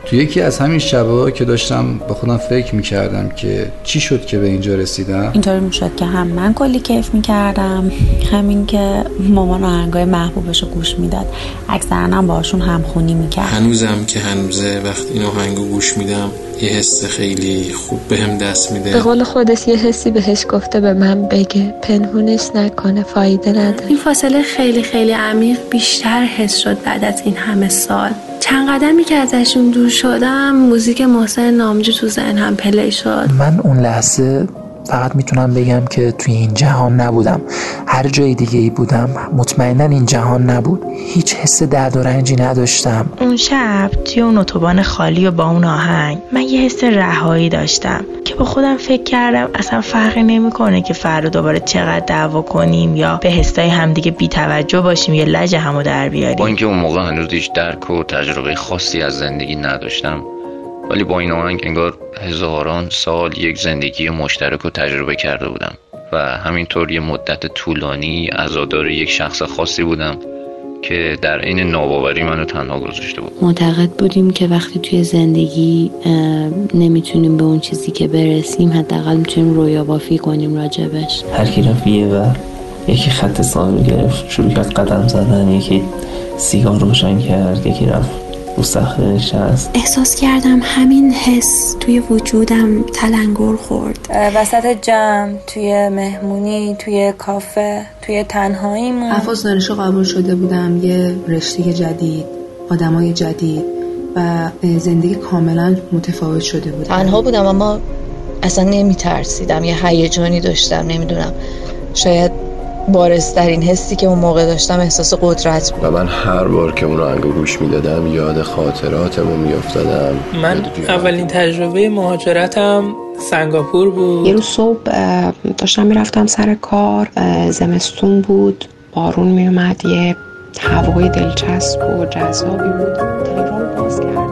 تو یکی از همین شبا که داشتم با خودم فکر میکردم که چی شد که به اینجا رسیدم، اینطوری میشد که هم من کلی کیف میکردم، همین که مامان آهنگای محبوبش رو گوش میداد، اکثرا هم باشون همخونی میکرد. هنوزم که هنوزه وقتی این آهنگو گوش میدم یه حس خیلی خوب بهم دست میده. به قول خودش یه حسی بهش گفته به من بگه، پنهونش نکنه، فایده نداره. این فاصله خیلی خیلی عمیق بیشتر حس شد بعد از این همه سال. چند قدمی که ازشون دور شدم موزیک محسن نامجو تو ذهنم پلی شد. من اون لحظه فقط میتونم بگم که توی این جهان نبودم. هر جای دیگه ای بودم مطمئناً این جهان نبود. هیچ حس درد و رنجی نداشتم. اون شب توی اون اتوبان خالی و با اون آهنگ من یه حس رهایی داشتم که با خودم فکر کردم اصلا فرقی نمیکنه که فردا دوباره چقدر دعوا کنیم یا به حسای همدیگه بی‌توجه باشیم یا لجه همو در بیاریم. با اینکه اون موقع هنوز هیچ درک و تجربه خاصی از زندگی نداشتم، ولی با این آهنگ انگار هزاران سال یک زندگی مشترک رو تجربه کرده بودم و همینطور یه مدت طولانی عزادار یک شخص خاصی بودم که در این ناباوری منو تنها گذاشته بود. معتقد بودیم که وقتی توی زندگی نمیتونیم به اون چیزی که برسیم، حداقل میتونیم رویا بافی کنیم راجبش. هر کی رفت یه ور، یکی خط ساحل گرفت شروع کرد قدم زدن، یکی سیگار روشن کرد، یکی رفت رو صخره نشست. احساس کردم همین حس توی وجودم تلنگر خورد. وسط جمع، توی مهمونی، توی کافه، توی تنهاییمون. افاظ دانشو قبول شده بودم، یه رشته جدید، آدمای جدید و زندگی کاملا متفاوت شده بود. تنها بودم اما اصلا نمیترسیدم، یه هیجانی داشتم، نمیدونم، شاید بارزترین حسی که اون موقع داشتم احساس قدرت بود. و من هر بار که اون آهنگو گوش میدادم یاد خاطراتمو میافتادم. من اولین تجربه مهاجرتم سنگاپور بود. یه روز صبح داشتم میرفتم سر کار، زمستون بود، بارون میومد، یه هوای دلچسب و جذابی بود. تلفن باز کردم.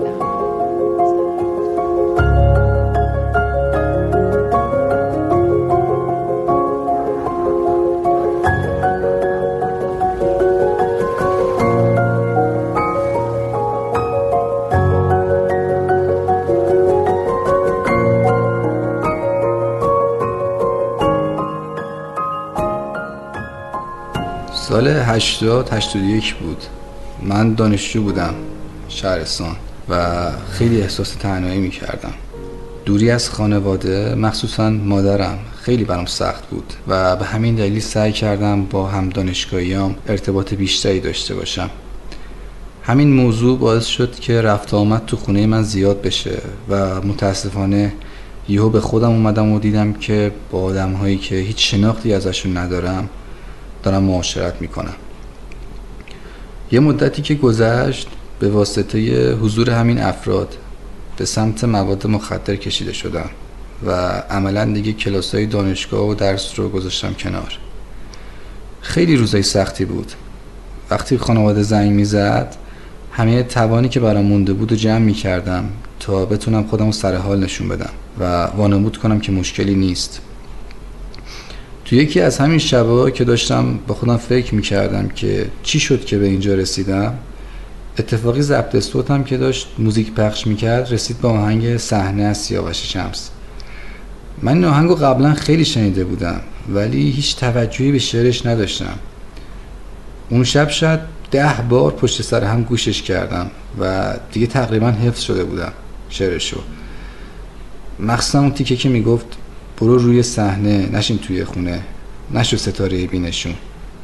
سال 80-81 بود. من دانشجو بودم شهرستان و خیلی احساس تنهایی میکردم. دوری از خانواده، مخصوصا مادرم، خیلی برام سخت بود و به همین دلیل سعی کردم با هم دانشگاهیام ارتباط بیشتری داشته باشم. همین موضوع باعث شد که رفت آمد تو خونه من زیاد بشه و متاسفانه یهو به خودم اومدم و دیدم که با آدم‌هایی که هیچ شناختی ازشون ندارم دارم معاشرت میکنم. یه مدتی که گذشت به واسطه حضور همین افراد به سمت مواد مخدر کشیده شدم و عملا دیگه کلاسای دانشگاه و درس رو گذاشتم کنار. خیلی روزای سختی بود. وقتی خانواده زنگ میزد همه توانی که برام مونده بود و جمع میکردم تا بتونم خودم رو سر حال نشون بدم و وانمود کنم که مشکلی نیست. تو یکی از همین شبا که داشتم با خودم فکر میکردم که چی شد که به اینجا رسیدم، اتفاقی ضبط صوتم که داشت موزیک پخش میکرد رسید با آهنگ صحنه از سیاوش شمس. من این آهنگو قبلا خیلی شنیده بودم ولی هیچ توجهی به شعرش نداشتم. اون شب شاید 10 بار پشت سر هم گوشش کردم و دیگه تقریبا حفظ شده بودم شعرشو، مخصوصا اون تیکه که میگفت برو روی صحنه نشین توی خونه، نشو ستاره بینشون.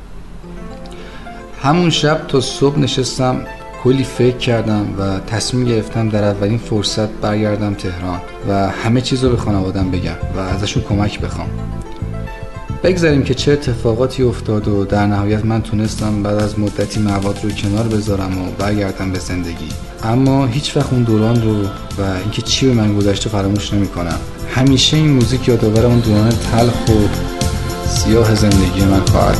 همون شب تا صبح نشستم کلی فکر کردم و تصمیم گرفتم در اولین فرصت برگردم تهران و همه چیز رو به خانوادم بگم و ازشون کمک بخوام. بگذاریم که چه اتفاقاتی افتاد و در نهایت من تونستم بعد از مدتی مواد رو کنار بذارم و برگردم به زندگی. اما هیچ وقت اون دوران رو و اینکه چی به من گذشته فراموش نمی کنم. همیشه این موزیک یادآور اون دوران تلخ و سیاه زندگی من خواهد.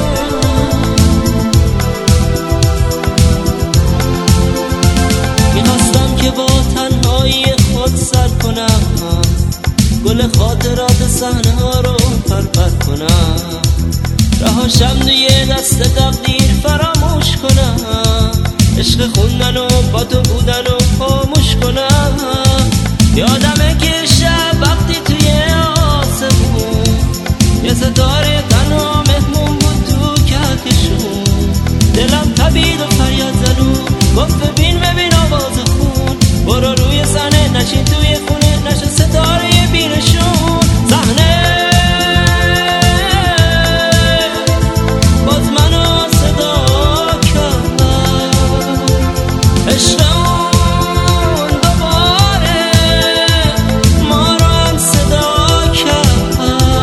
میخواستم که با تنهایی خود سر کنم، گل خاطرات صحنه ها رو پرپر کنم، رهاشم توی دست تقدیر فراموش کنم، عشق خوندن و با تو بودن و خاموش کنم. یادمه که شب وقتی توی آسمون یه ستاره تنها مهمون بود تو کهکشون. دلم تبید و فریاد زدو گفت ببین آواز خون. برو روی صحنه نشین توی خونه نشین ستاره بینشون. صحنه باز منو صدا کرد. عشق اون دوباره ما رو هم صدا کرد.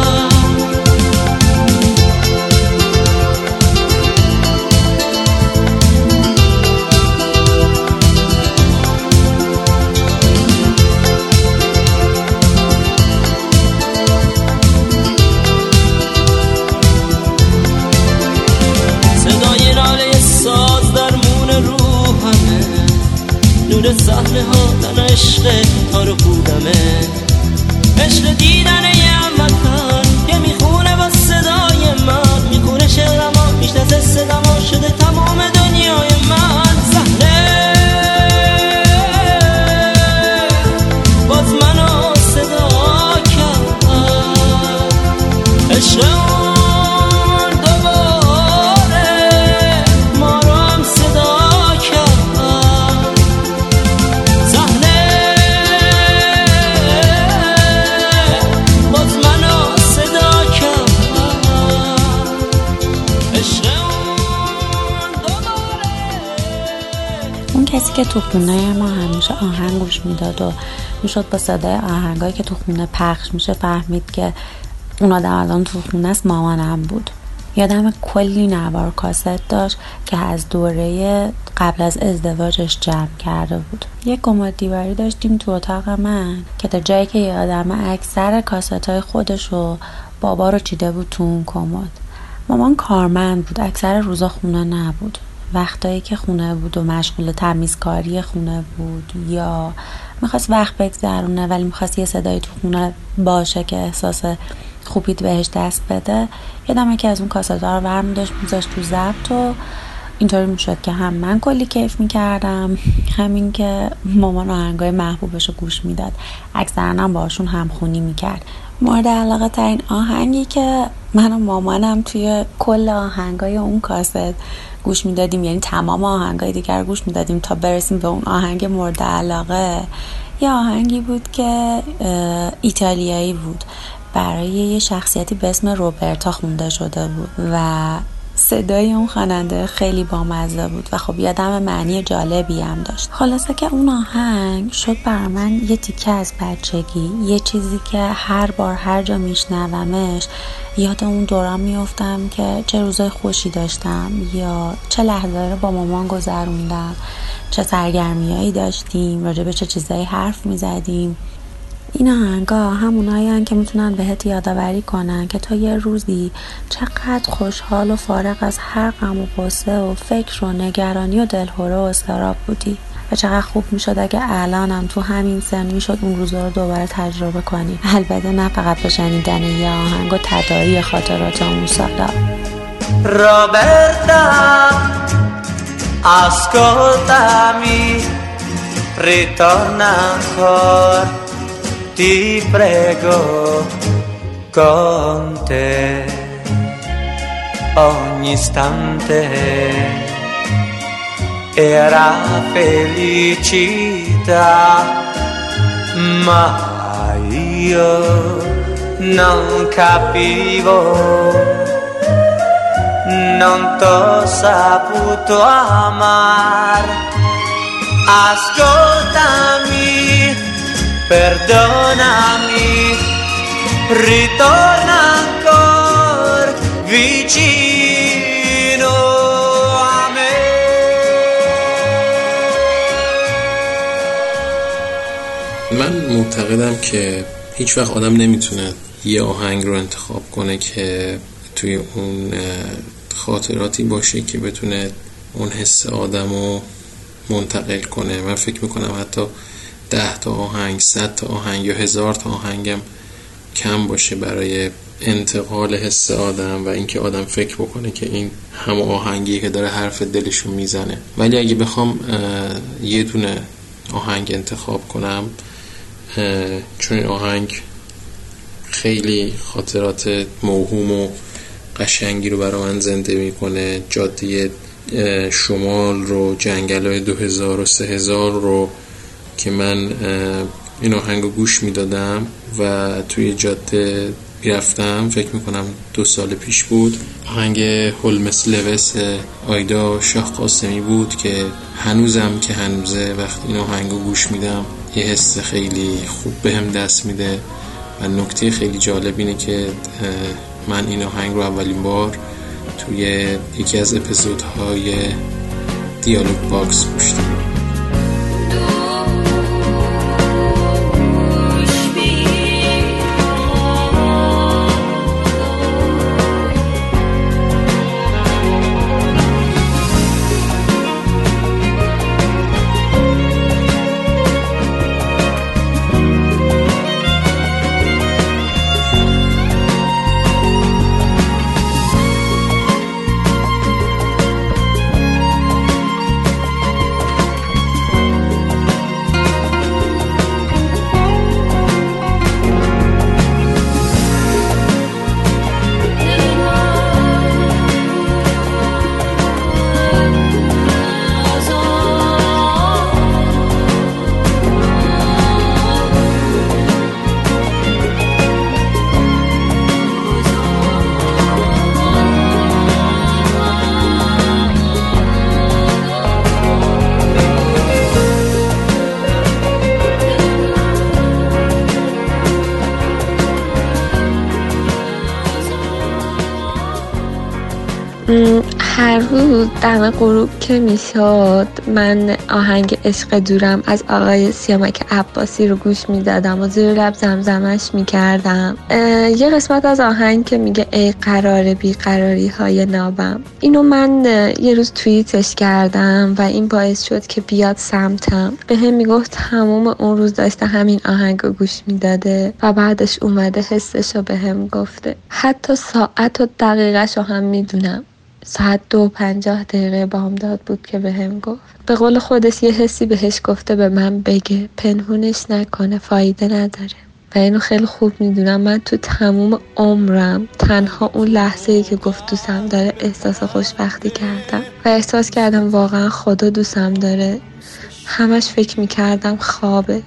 صدای ناله ساز درمون روحمه. نور صحنه ها تن عشق تا رو بودمه. عشق دیدن یه هموطن که میخونه با صدای من. میخونه شعرم ها میشناسه صدام ها شده تمام دنیای من. صحنه باز منو صدا کرد. عشق اون دوباره ما رو هم صدا کرد. صحنه باز منو صدا کرد. عشق اون دوباره. اون کسی که تو خونه ما همیشه آهنگ گوش میداد و میشد با صدای آهنگایی که تو خونه پخش میشه فهمید که اون آدم الان تو خونه است، مامانم بود. یادم کلی نوار کاست داشت که از دوره قبل از ازدواجش جمع کرده بود. یک کمد دیواری داشتیم تو اتاق من که تا جایی که یادم اکثر کاست‌های خودش و بابا رو چیده بود تو اون کمد. مامان کارمند بود، اکثر روزا خونه نبود. وقتایی که خونه بود و مشغول تمیزکاری خونه بود یا میخواست وقت بگذرونه ولی میخواست یه صدایی تو خونه باشه که احساس خوبی بهش دست بده، یادمه که از اون کاست‌ها رو برمی داشت میذاشت تو ضبط و اینطوری میشد که هم من کلی کیف میکردم، همین که مامان آهنگای محبوبش رو گوش میداد. اکثرا هم باشون همخونی میکرد. مورد علاقه ترین آهنگی که من و مامانم توی کل آهنگای اون کاست گوش میدادیم، یعنی تمام آهنگای دیگر گوش میدادیم تا برسیم به اون آهنگ مورد علاقه، یه آهنگی بود که ایتالیایی بود، برای یه شخصیتی به اسم روبرتا خونده شده بود و صدای اون خواننده خیلی بامزه بود و خب یادم معنی جالبی هم داشت. خلاصه که اون آهنگ شد برای من یه تیکه از بچگی، یه چیزی که هر بار هر جا میشنومش یاد اون دوران میافتم که چه روزای خوشی داشتم یا چه لحظه رو با مامان گذروندم، چه سرگرمیایی داشتیم، راجع به چه چیزایی حرف میزدیم. این آهنگا همونایی هن که میتونن بهت یادآوری کنن که تا یه روزی چقدر خوشحال و فارغ از هر غم و غصه و فکر و نگرانی و دلهره و اضطراب بودی و چقدر خوب میشد اگه الانم تو همین سن میشد اون روزا رو دوباره تجربه کنی. البته نه فقط به شنیدن یه آهنگ و تداعی خاطرات اون سالا. Roberta, ascoltami, ritorna ancora, ti prego, con te ogni istante era felicità, ma io non capivo, non t'ho saputo amar. Ascoltami, perdonami, ritorna ancora vicino a me. من معتقدم که هیچ وقت آدم نمیتونه یه آهنگ رو انتخاب کنه که توی اون خاطراتی باشه که بتونه اون حس آدم رو منتقل کنه. من فکر میکنم حتی 10 تا آهنگ، 100 تا آهنگ یا 1000 تا آهنگم کم باشه برای انتقال حس آدم و اینکه آدم فکر بکنه که این همون آهنگیه که داره حرف دلشو میزنه. ولی اگه بخوام یه دونه آهنگ انتخاب کنم، چون این آهنگ خیلی خاطرات موهوم و قشنگی رو برای من زنده میکنه. جاده شمال رو، جنگل‌های 2000 و 3000 رو که من این آهنگ رو گوش میدادم و توی جاده میرفتم. فکر میکنم 2 سال پیش بود. آهنگ هولمس لویس آیدا شاه قاسمی بود که هنوزم که هنوزه وقتی این آهنگ رو گوش میدم یه حس خیلی خوب بهم دست میده. و نکته خیلی جالب اینه که من این آهنگ رو اولین بار توی یکی از اپیزودهای دیالوگ باکس گوش دادم. هر روز دم غروب که میشد من آهنگ عشق دورم از آقای سیامک عباسی رو گوش میدادم و زیر لب زمزمش میکردم. یه قسمت از آهنگ که میگه ای قرار بیقراری های نابم، اینو من یه روز توییتش کردم و این باعث شد که بیاد سمتم. به هم میگفت تموم اون روز داشته همین آهنگ رو گوش میداده و بعدش اومده حسش رو به هم گفته. حتی ساعت و دقیقش رو هم میدونم. ساعت 2:50 بامداد بود که به هم گفت. به قول خودش یه حسی بهش گفته به من بگه، پنهونش نکنه، فایده نداره. و اینو خیلی خوب میدونم. من تو تموم عمرم تنها اون لحظه‌ای که گفت دوستم داره احساس خوشبختی کردم و احساس کردم واقعا خدا دوستم داره. همش فکر میکردم خوابه.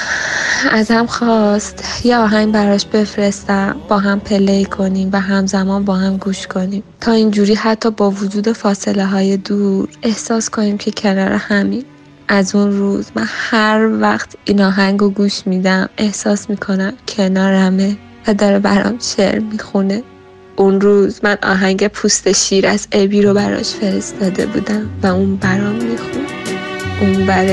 ازم خواست یه آهنگ براش بفرستم، با هم پلی کنیم و همزمان با هم گوش کنیم تا اینجوری حتی با وجود فاصله های دور احساس کنیم که کنار همین. از اون روز من هر وقت این آهنگ رو گوش میدم احساس میکنم کنارمه و داره برام شعر میخونه. اون روز من آهنگ پوست شیر از ابی رو براش فرستاده بودم و اون برام میخون. اون بر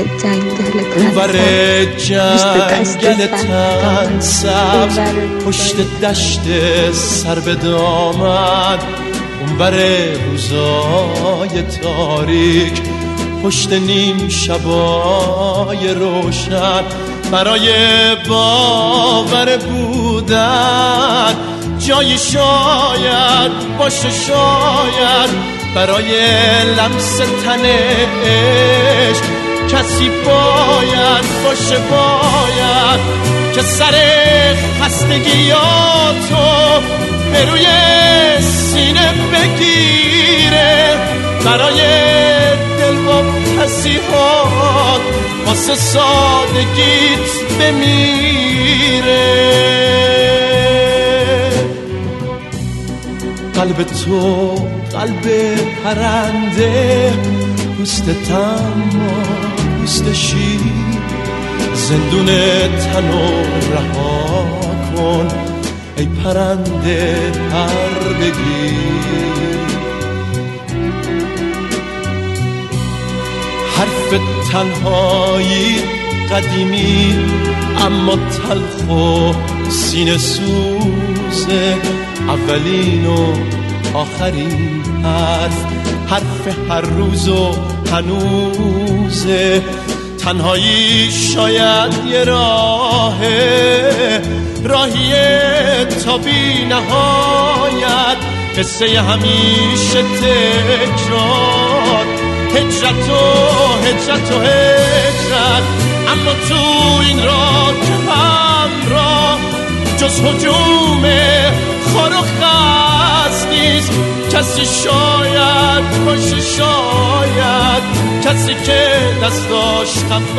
جنگل تن سبز پشت دشت سر به دامن، اون بر روزای تاریک پشت نیم شبای روشن، برای باور بودن جایی شاید باشه، شاید برای لمس تن عشق کسی باید باشه، باید که سر خستگیاتو به روی سینه بگیره، برای دل و پسیحات واسه سادگیت بمیره. قلب تو قلب پرنده، پوست تما پوست شیر، زندون تنو رها کن ای پرنده پر بگیر. حرف تنهایی قدیمی اما تلخ و سینه سوزه، اولین و آخرین حرف هر روز و هنوزه. تنهایی شاید یه راهیه تا بی نهایت، قصه همیشه تکرار، هجرت و هجرت و هجرت، اما تو این راه که همراه جز هجوم خار و خس نیست. کسی شاید باشه، شاید کسی که دستاش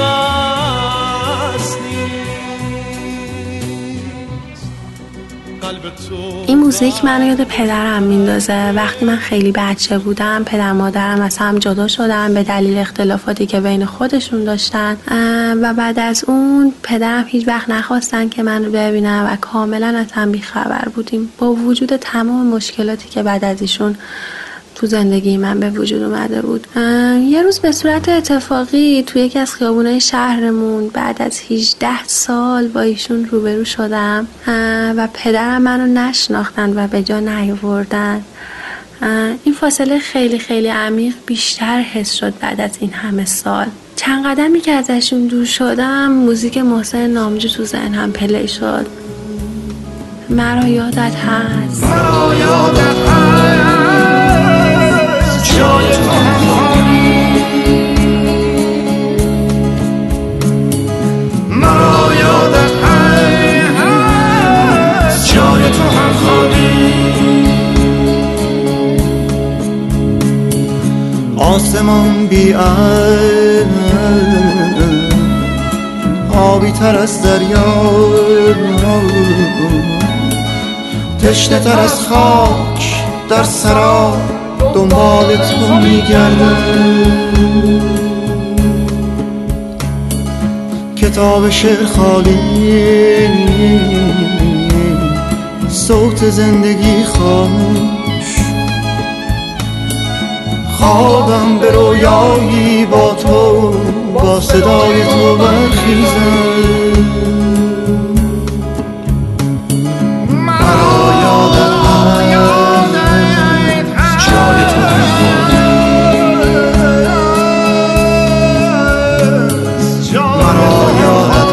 قفس نیست. این موزیک منو یاد پدرم میندازه. وقتی من خیلی بچه بودم پدر مادرم از هم جدا شدن به دلیل اختلافاتی که بین خودشون داشتن و بعد از اون پدرم هیچ وقت نخواستن که منو ببینم و کاملا از هم بیخبر بودیم با وجود تمام مشکلاتی که بعد از ایشون تو زندگی من به وجود اومده بود. یه روز به صورت اتفاقی تو یکی از خیابونای شهرمون بعد از 18 سال با ایشون روبرو شدم و پدرم منو نشناختن و به جا نیاوردن. این فاصله خیلی خیلی عمیق بیشتر حس شد بعد از این همه سال. چند قدمی که ازشون دور شدم موزیک محسن نامجو تو ذهنم پلی شد. مرا یادت هست، مرا یادت هست، جای تو هم خالی، مرا یادت هست، جای تو هم خالی. آسمان بی آبی تر از دریا، تشنه تر از خاک در سرا دنبال تو میگردم. کتاب شعر خالی، صوت زندگی خاموش، خوابم به رویایی با تو، با صدای تو برخیزم. مرا یادت هست، جای تو هم خالی، مرا یادت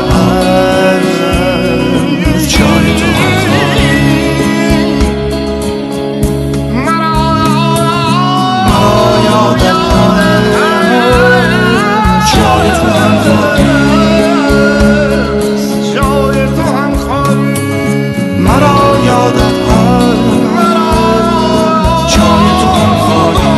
هست، جای تو هم خالی، مرا یادت هست، جای تو هم خالی، جای تو هم خالی، مرا یادت هست، جای تو هم خالی،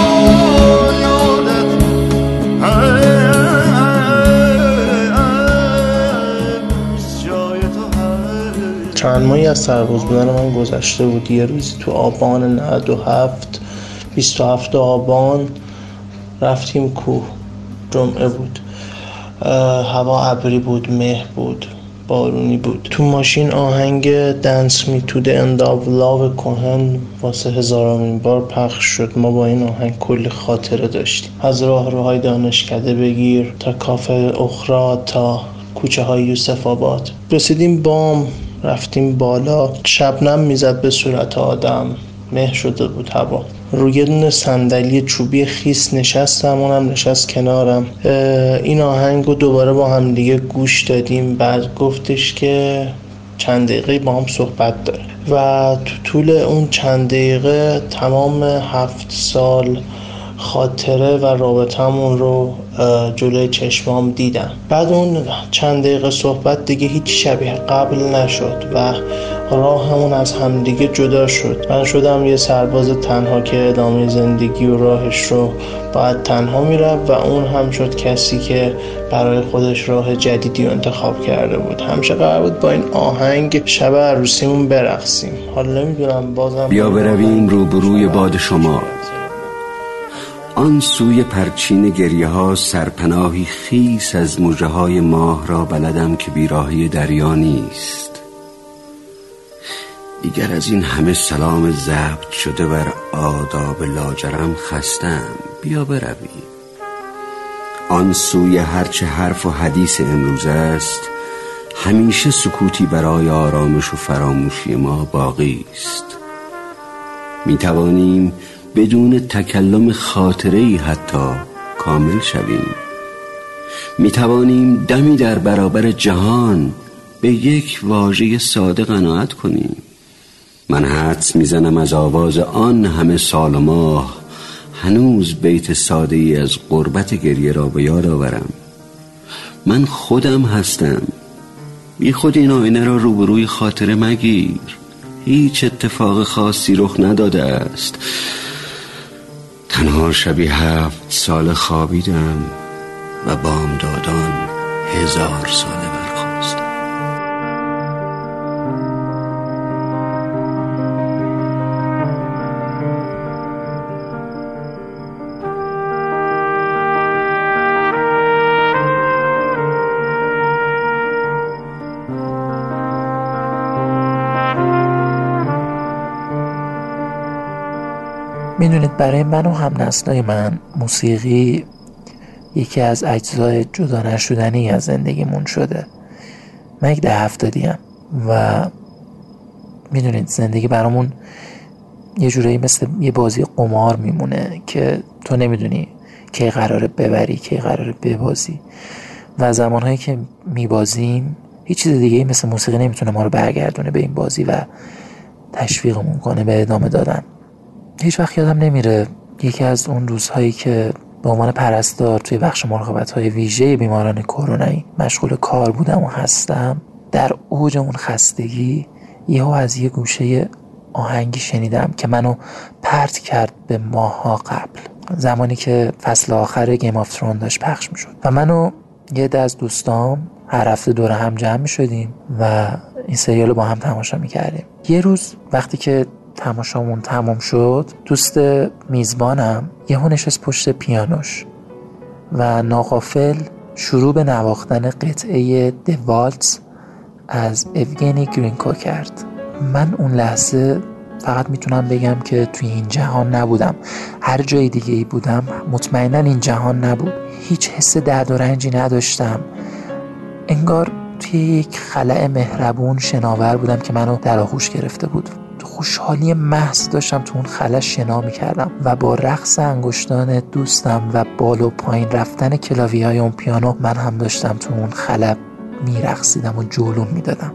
چند ماهی از سرباز بودن من گذشته بود. یه روزی تو آبان 97 27 آبان رفتیم کوه. جمعه بود، هوا ابری بود، مه بود، بارونی بود. تو ماشین آهنگ دنس می تو د اند آف لاو کهن واسه هزارمین بار پخش شد. ما با این آهنگ کلی خاطره داشتیم، از راهروهای دانشکده بگیر تا کافه اخرا تا کوچه های یوسف آباد. رسیدیم بام، رفتیم بالا، شبنم میزد به صورت آدم، مه شده بود هوا. روی یه دونه صندلی چوبی خیس نشستم، اونم نشست کنارم. این آهنگو دوباره با هم دیگه گوش دادیم. بعد گفتش که چند دقیقه با هم صحبت داره و تو طول اون چند دقیقه تمام 7 سال خاطره و رابطمون رو جلوی چشمام دیدم. بعد اون چند دقیقه صحبت دیگه هیچ شبیه قبل نشد و راهمون از همدیگه جدا شد. من شدم یه سرباز تنها که ادامه زندگی و راهش رو باید تنها میرفت و اون هم شد کسی که برای خودش راه جدیدی رو انتخاب کرده بود. همیشه قرار بود با این آهنگ شب عروسیمون برقصیم. حالا نمیدونم بازم بیا برویم روبروی باد شما، آن سوی پرچین گریه ها سرپناهی خیس از موجه های ماه را بلدم که بیراهی دریا نیست. دیگر از این همه سلام ضبط شده بر آداب لاجرم خستم. بیا برویم آن سوی هرچه حرف و حدیث امروز است. همیشه سکوتی برای آرامش و فراموشی ما باقی است. می توانیم بدون تکلم خاطره‌ای حتی کامل شویم. می توانیم دمی در برابر جهان به یک واژه ساده قناعت کنیم. من حدس میزنم از آواز آن همه سال و ماه هنوز بیت ساده‌ای از غربت گریه را به یاد آورم. من خودم هستم. بی خود این آینه را روبروی خاطره مگیر. هیچ اتفاق خاصی رخ نداده است. تنها شبی 7 سال خوابیدم و بامدادان 1000 ساله برخاستم. میدونید برای من و هم نسلای من موسیقی یکی از اجزای جدا نشدنی از زندگیمون شده. من یک 70یم و میدونید زندگی برامون یه جورایی مثل یه بازی قمار میمونه که تو نمیدونی کی قراره ببری کی قراره ببازی و زمانهایی که میبازیم هیچ چیز دیگه‌ای مثل موسیقی نمیتونه ما رو برگردونه به این بازی و تشویقمون کنه به ادامه دادن. هیچ وقت یادم نمیره یکی از اون روزهایی که به عنوان پرستار توی بخش مراقبت‌های ویژه بیماران کرونایی مشغول کار بودم و هستم، در اوج اون خستگی یهو از یه گوشه آهنگی شنیدم که منو پرت کرد به ماه‌ها قبل، زمانی که فصل آخر گیم آف ترون داشت پخش میشد و منو یه عده از دوستام هر هفته دور هم جمع میشدیم و این سریال رو با هم تماشا میکردیم. یه روز وقتی که تماشامون تمام شد، دوست میزبانم یهو نشست پشت پیانوش و ناغافل شروع به نواختن قطعه The Waltz از اوگنی گرینکو کرد. من اون لحظه فقط میتونم بگم که توی این جهان نبودم. هر جای دیگه ای بودم مطمئناً این جهان نبود. هیچ حس درد و رنجی نداشتم. انگار توی یک خلأ مهربون شناور بودم که منو در آغوش گرفته بود. خوشحالی محض داشتم تو اون خلأ شنا می‌کردم و با رقص انگشتان دوستم و بالا و پایین رفتن کلاویه‌های اون پیانو من هم داشتم تو اون خلأ میرقصیدم و جولون میدادم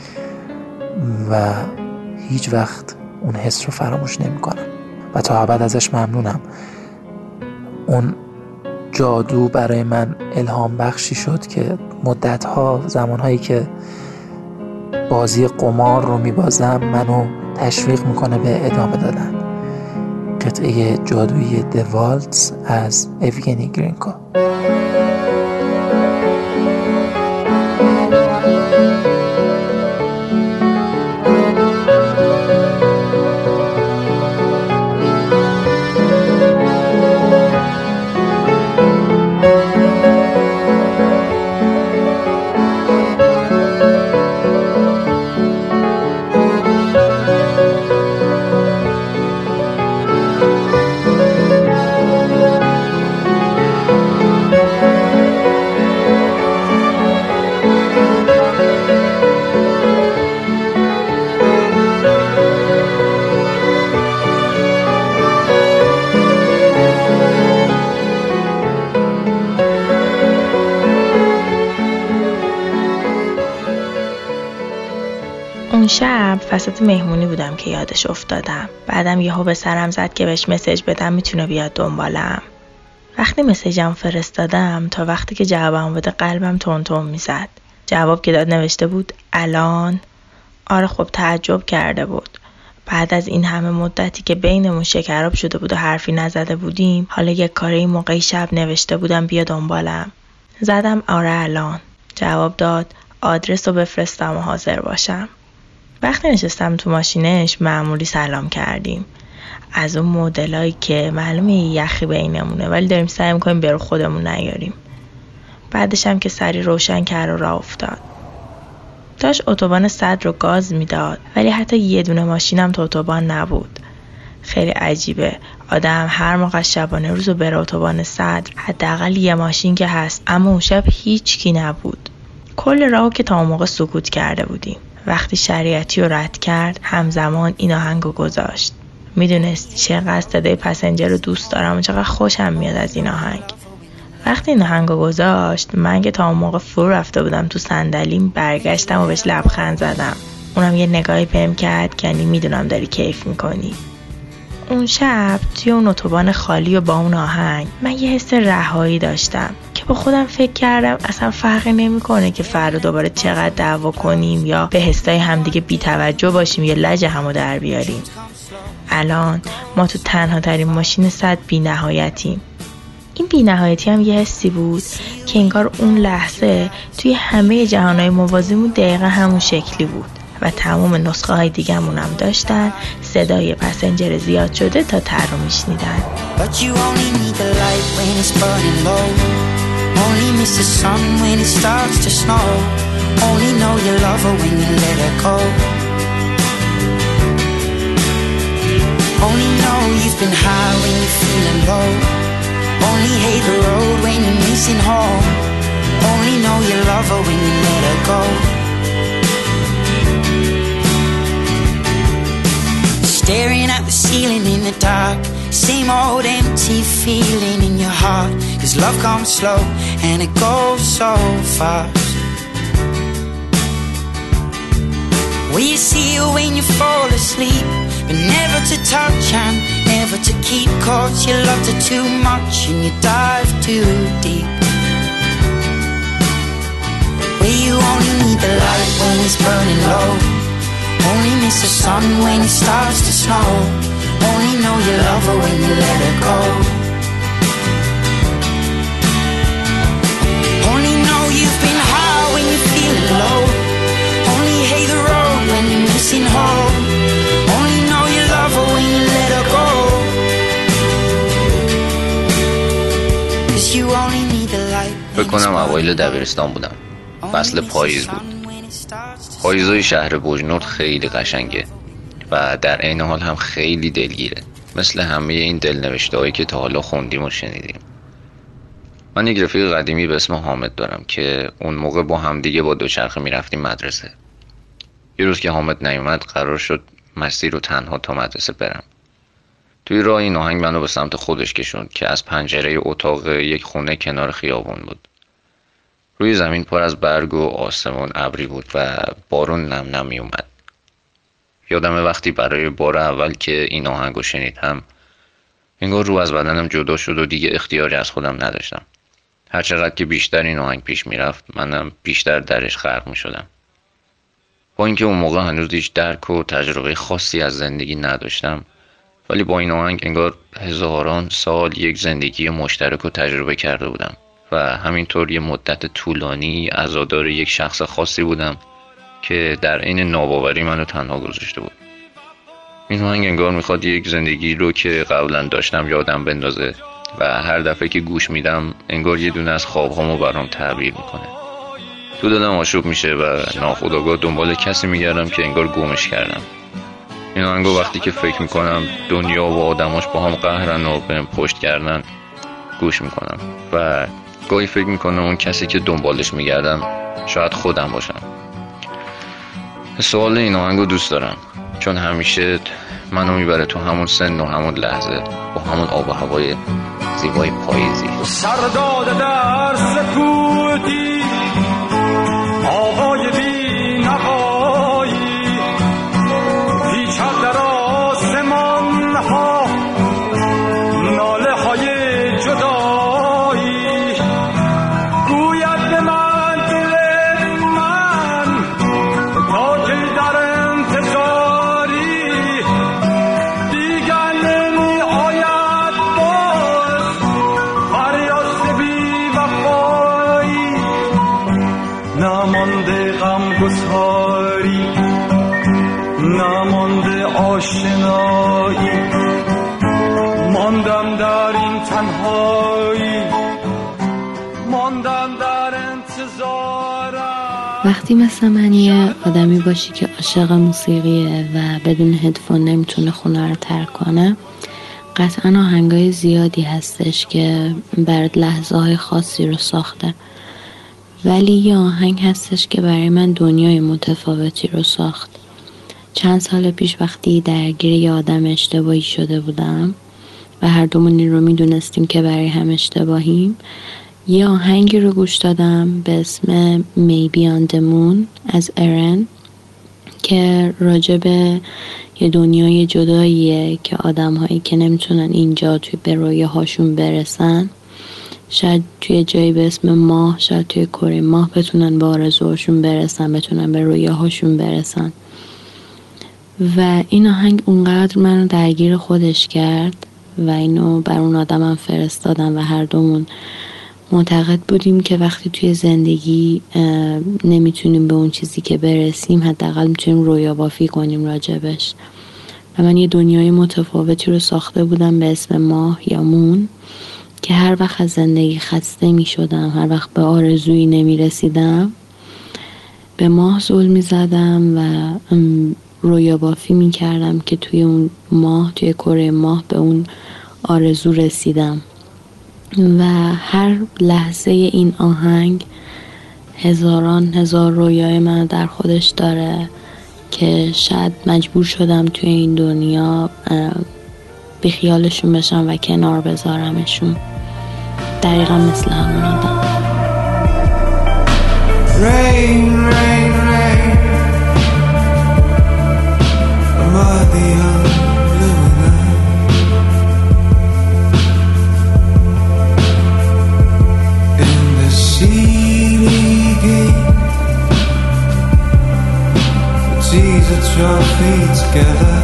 و هیچ وقت اون حس رو فراموش نمی‌کنم و تا ابد ازش ممنونم. اون جادو برای من الهام بخشی شد که مدت‌ها، زمان‌هایی که بازی قمار رو میبازم منو تشویق میکنه به ادامه دادن. قطعه جادویی The Waltz از اوگنی گرینکو. اون شب وسط مهمونی بودم که یادش افتادم. بعدم یهو به سرم زد که بهش مسیج بدم میتونه بیاد دنبالم. وقتی مسیجم فرستادم تا وقتی که جوابم بده قلبم تون تون میزد. جواب که داد نوشته بود الان. آره خب تعجب کرده بود. بعد از این همه مدتی که بینمون شکراب شده بود و حرفی نزده بودیم، حالا یک کاری موقعی شب نوشته بودم بیا دنبالم. زدم آره الان. جواب داد آدرس رو بفرستم و حاضر باشم. وقتی نشستم تو ماشینش معمولی سلام کردیم. از اون مدلایی که معلومه یخی بینمونه ولی داریم سعی می‌کنیم برو خودمون نیاریم. بعدش هم که سری روشن کرد و راه افتاد. داشت اتوبان صدر رو گاز میداد ولی حتی یه دونه ماشینم تو اتوبان نبود. خیلی عجیبه آدم هر موقع شبانه روزو بره اتوبان صدر حداقل یه ماشین که هست، اما اون شب هیچ کی نبود. کل راهو که تا اون موقع سکوت کرده بودیم. وقتی شریعتی رو رد کرد همزمان این آهنگو گذاشت. میدونست چقدر صدای پسنجر رو دوست دارم و چقدر خوشم میاد از این آهنگ. وقتی این آهنگو گذاشت من که تا اون موقع فرو رفته بودم تو صندلیم برگشتم و بهش لبخند زدم. اونم یه نگاهی بهم کرد که یعنی میدونم داری کیف میکنی. اون شب توی اون اتوبان خالی و با اون آهنگ من یه حس رهایی داشتم که که با خودم فکر کردم اصلا فرقی نمیکنه که فردا دوباره چقدر دعوا کنیم یا به حسای همدیگه بی‌توجه باشیم یا لجه همو در بیاریم. الان ما تو تنها ترین ماشین صد بی‌نهایتیم. این بی‌نهایتی هم یه حسی بود که انگار اون لحظه توی همه جهانهای موازیمون دقیقا همون شکلی بود و تمام نسخه های دیگه‌مون هم داشتن صدای پسنجر زیاد شده تا تر رو میشنیدن. Only know you've been high when you're feeling low. Only hate the road when you're missing home. Only know you love her when you let her go. Staring at the ceiling in the dark, same old empty feeling in your heart. 'Cause love comes slow and it goes so fast. Will you see her when you fall asleep? But never to touch and never to keep, 'cause you loved her too much and you dive too deep. Where you only need the light when it's burning low. Only miss the sun when it starts to snow. Only know you love her when you let her go. Only know you've been high when you're feeling low. Only hate the road when you're missing home. Only know you love her when you let her go. 'Cause you only need the light. فکر کنم اوایل دبیرستان بودم. فصل پاییز بود. پاییزای شهر بوجنورد خیلی قشنگه و در عین حال هم خیلی دلگیره، مثل همه این دلنوشته هایی که تا حالا خوندیم و شنیدیم. من یک رفیق قدیمی به اسم حامد دارم که اون موقع با همدیگه با دوچرخه میرفتیم مدرسه. یه روز که حامد نیومد قرار شد مسیر رو تنها تا مدرسه برم. توی راه این آهنگ منو به سمت خودش کشوند که از پنجره اتاق یک خونه کنار خیابون بود. روی زمین پر از برگ و آسمون ابری بود و بارون نم نم می اومد. یادمه وقتی برای بار اول که این آهنگو شنیدم انگار رو از بدنم جدا شد و دیگه اختیاری از خودم نداشتم. هر چقدر که بیشتر این آهنگ پیش میرفت منم بیشتر درش غرق می شدم. با اینکه اون موقع هنوز هیچ درک و تجربه خاصی از زندگی نداشتم، ولی با این آهنگ انگار هزاران سال یک زندگی مشترک رو تجربه کرده بودم و همینطور یه مدت طولانی عزادار یک شخص خاصی بودم که در عین ناباوری منو تنها گذاشته بود. این آهنگ انگار میخواد یک زندگی رو که قبلا داشتم یادم بندازه و هر دفعه که گوش میدم انگار یه دونه از خوابهامو برام تعبیر میکنه. تو دلم آشوب میشه و ناخودآگاه دنبال کسی میگردم که انگار گمش کردم. این آهنگو وقتی که فکر میکنم دنیا و آدماش با هم قهرن و بهم پشت کردن گوش میکنم و گاهی فکر میکنم اون کسی که دنبالش میگردم شاید خودم باشم. سوال این آهنگو دوست دارم چون همیشه منو میبره تو همون سن و همون لحظه با همون آب و هوای زیبای پاییزی. سرداد در سکوتی آوای بی نوایی پیچد در آسمان ها ناله های جدایی گوید به من دل من تا که در انتظاری دیگر نمی آید باز فریاد بی وفایی نمانده غم گساری نمانده آشنایی ماندم در این تنهایی ماندم در انتظارم. وقتی مثل من یه آدمی باشی که عاشق موسیقیه و بدون هدفون نمیتونه خونه رو ترک کنه، قطعا آهنگای زیادی هستش که برات لحظه های خاصی رو ساخته، ولی یه آهنگ هستش که برای من دنیای متفاوتی رو ساخت. چند سال پیش وقتی درگیر یه آدم اشتباهی شده بودم و هر دومون این رو میدونستیم که برای هم اشتباهیم، یه آهنگی رو گوش دادم به اسم Maybe on the Moon از ارن که راجع به یه دنیای جداییه که آدم هایی که نمیتونن اینجا توی به رویاهاشون برسن شاید توی جایی به اسم ماه، شاید توی کره ماه بتونن به آرزوهاشون برسن، بتونن به رویاهاشون برسن. و این آهنگ اونقدر منو درگیر خودش کرد و اینو بر اون آدمم فرستادم و هر دومون معتقد بودیم که وقتی توی زندگی نمیتونیم به اون چیزی که برسیم، حداقل میتونیم رویا بافی کنیم راجبش. و من یه دنیای متفاوتی رو ساخته بودم به اسم ماه یا مون، که هر وقت از زندگی خسته می شدم، هر وقت به آرزویی نمی رسیدم، به ماه زل می زدم و رویا بافی می کردم که توی اون ماه، توی کره ماه به اون آرزو رسیدم. و هر لحظه این آهنگ هزار رویای من در خودش داره که شاید مجبور شدم توی این دنیا بیخیالشون بشم و کنار بذارمشون، دقیقا مثل همون آدم. Rain, rain, rain, am I the only one? In the city gate, it's easy to draw feet together.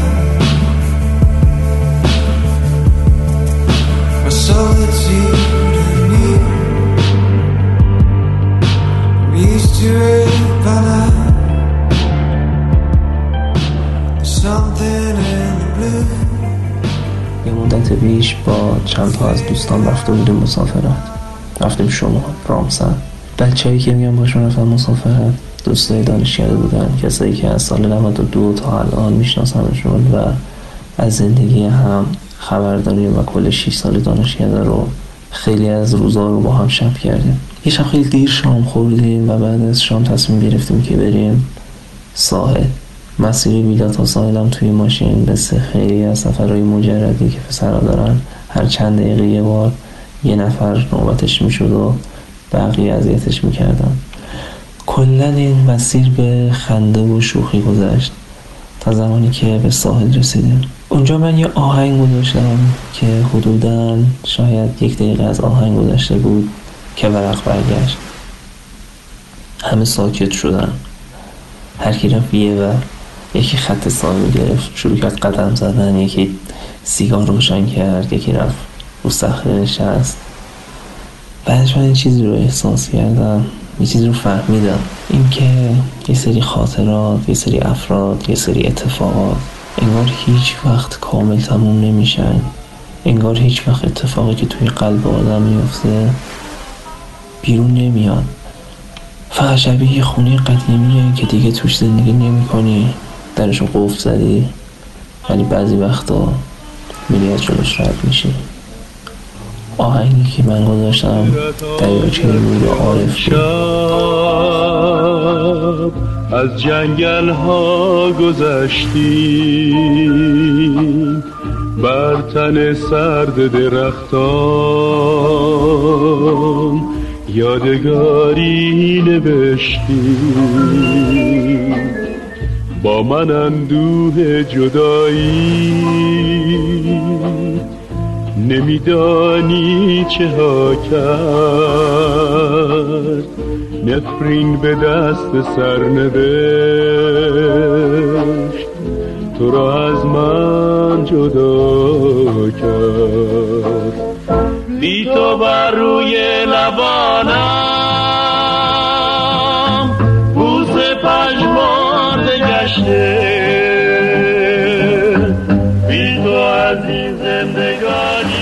My solitude and you, I'm used to it by now. There's something in the blue. یه مدت پیش با چند تا از دوستان رفته بودیم مسافرت، رفتیم شما رامسر. بچه‌ای که میگم باشون رفتم مسافرت دوستای دانشکده بودن، کسایی که از سال 92 تا الان میشناسمشون و از زندگی هم خبر داریم و کل 6 سال دانشکده رو خیلی از روزا رو با هم شب کردیم. یه شب خیلی دیر شام خوردیم و بعد از شام تصمیم گرفتیم که بریم ساحل. مسیر ویلا تا ساحل هم توی ماشین مثل خیلی از سفرهای مجردی که پسرها دارن، هر چند دقیقه یه بار یه نفر نوبتش میشد و بقیه اذیتش میکردن. کلن این مسیر به خنده و شوخی گذشت تا زمانی که به ساحل رسیدیم. اونجا من یه آهنگ گذاشتم که حدوداً شاید 1 دقیقه از آهنگ گذشته بود که ورق برگشت. همه ساکت شدن، هر کی رفت یه ور، یکی خط ساحل گرفت شروع کرد قدم زدن، یکی سیگار روشن کرد، یکی رفت رو صخره نشست. بعدش من این چیزی رو احساس کردم، یه چیزی رو فهمیدم، این که یه سری خاطرات، یه سری افراد، یه سری اتفاقات انگار هیچ وقت کامل تموم نمیشن، انگار هیچ وقت اتفاقی که توی قلب آدم میفته بیرون نمیاد. فقط شبیه یه خونه قدیمیه که دیگه توش زندگی نمی کنی، درشو قفل زدی، ولی بعضی وقتا میری از جلوش رد میشی. آهنگی که من گذاشتم دریاچه نور عارف بود. از جنگل ها گذشتیم، بر تن سرد درختان یادگاری نوشتیم. با من اندوه جدایی نمیدانی چه ها کرد، نفرین به دست سرنوشت تو را از من جدا کرد. بی تو بر روی لبانم بوس پژمرده گشته، بی تو از این زندگانی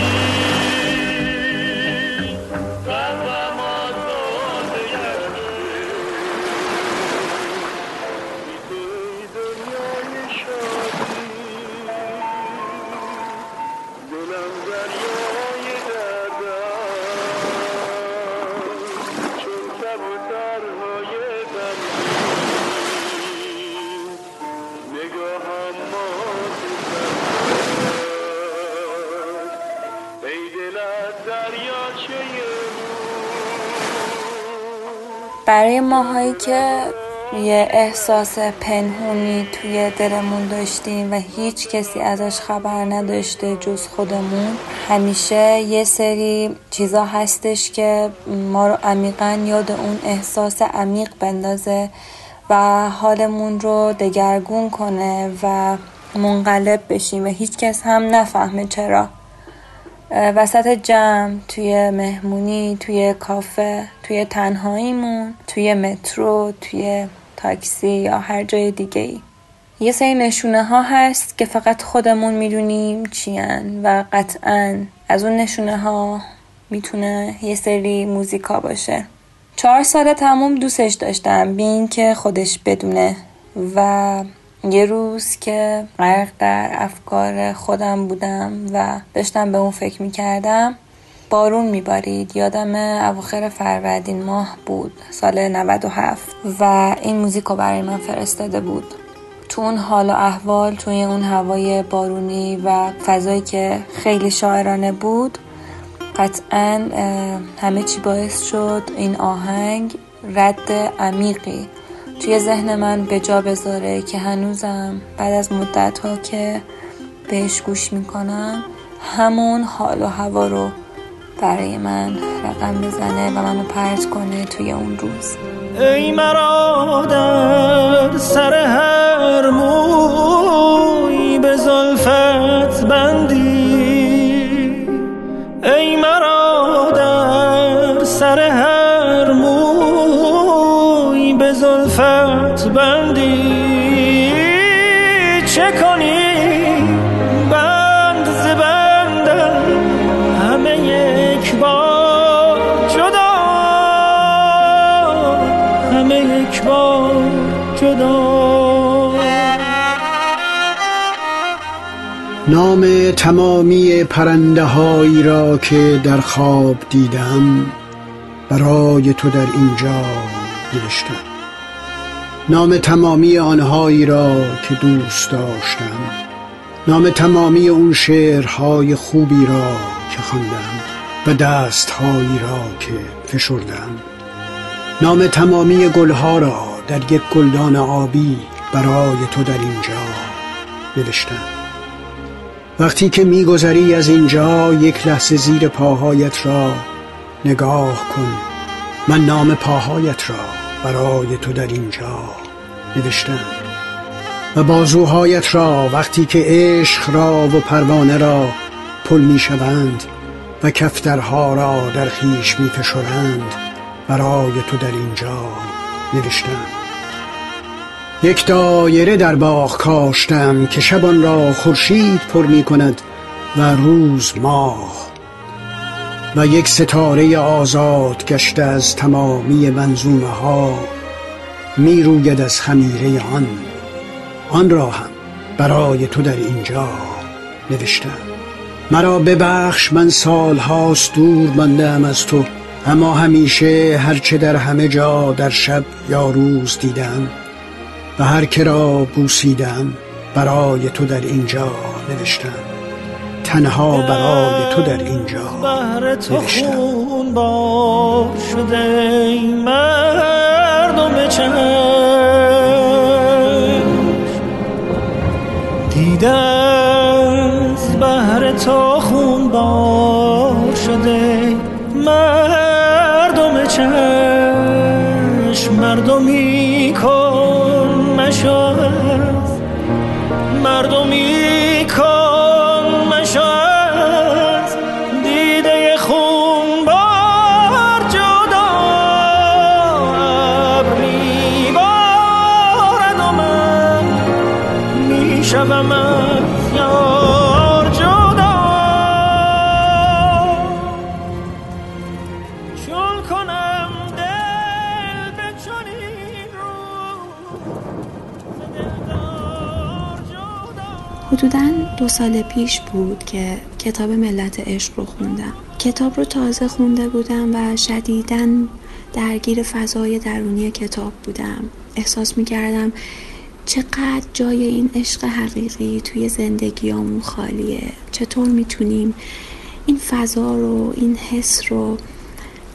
برای ماهایی که یه احساس پنهونی توی دلمون داشتیم و هیچ کسی ازش خبر نداشته جز خودمون. همیشه یه سری چیزا هستش که ما رو عمیقاً یاد اون احساس عمیق بندازه و حالمون رو دگرگون کنه و منقلب بشیم و هیچ کس هم نفهمه چرا. وسط جمع، توی مهمونی، توی کافه، توی تنهاییمون، توی مترو، توی تاکسی یا هر جای دیگه ای. یه سری نشونه ها هست که فقط خودمون میدونیم چیان و قطعاً از اون نشونه ها میتونه یه سری موزیکا باشه. 4 سال تموم دوستش داشتم بی این که خودش بدونه و یه روز که غرق در افکار خودم بودم و داشتم به اون فکر میکردم، بارون میبارید. یادم اواخر فروردین ماه بود سال 97 و این موزیکو برای من فرستاده بود. تو اون حال و احوال، توی اون هوای بارونی و فضایی که خیلی شاعرانه بود، قطعاً همه چی باعث شد این آهنگ رد عمیقی توی ذهن من به جا بذاره که هنوزم بعد از مدت‌ها که بهش گوش میکنم همون حال و هوا رو برای من رقم بزنه و منو پرت کنه توی اون روز. ای مرا در سر هر موی به زلفت بندی، ای مرا در سر هر موی به زلفت بندی، چه کنی بند ز بندم همه یک بار جدا، همه یک بار جدا. نام تمامی پرنده هایی را که در خواب دیدم برای تو در اینجا نوشتم. نام تمامی آنهایی را که دوست داشتم، نام تمامی اون شعرهای خوبی را که خواندم و دستهایی را که فشردم، نام تمامی گلها را در یک گلدان آبی برای تو در اینجا نوشتم. وقتی که می‌گذری از اینجا یک لحظه زیر پاهایت را نگاه کن. من نام پاهایت را برای تو در اینجا نوشتم و بازوهایت را وقتی که عشق را و پروانه را پل می‌شوند و کفترها را در خویش می‌فشارند برای تو در اینجا نوشتم. یک دایره در باغ کاشتم که شبان را خورشید پر می کند و روز ماه و یک ستاره آزاد گشته از تمامی منظومه ها می روید از خمیره آن را هم برای تو در اینجا نوشتم. مرا ببخش، من سالهاست دور ماندم از تو، اما همیشه هرچه در همه جا در شب یا روز دیدم و هر که را بوسیدم برای تو در اینجا نوشتم. تنها برای تو در اینجا نوشتم. خون بار شده مردم چشم، دیده از بهر تو خون بار شده مردم چشم، مردمی کن مشاز، مردمی کن مشاز، دیده خون بار جدا ابری بارد و من میشوم از یار جدا، چون کنم دل به چنین رو حدوداً 2 سال پیش بود که کتاب ملت عشق رو خوندم. کتاب رو تازه خونده بودم و شدیداً درگیر فضای درونی کتاب بودم. احساس می‌کردم چقدر جای این عشق حقیقی توی زندگیامون خالیه. چطور میتونیم این فضا رو، این حس رو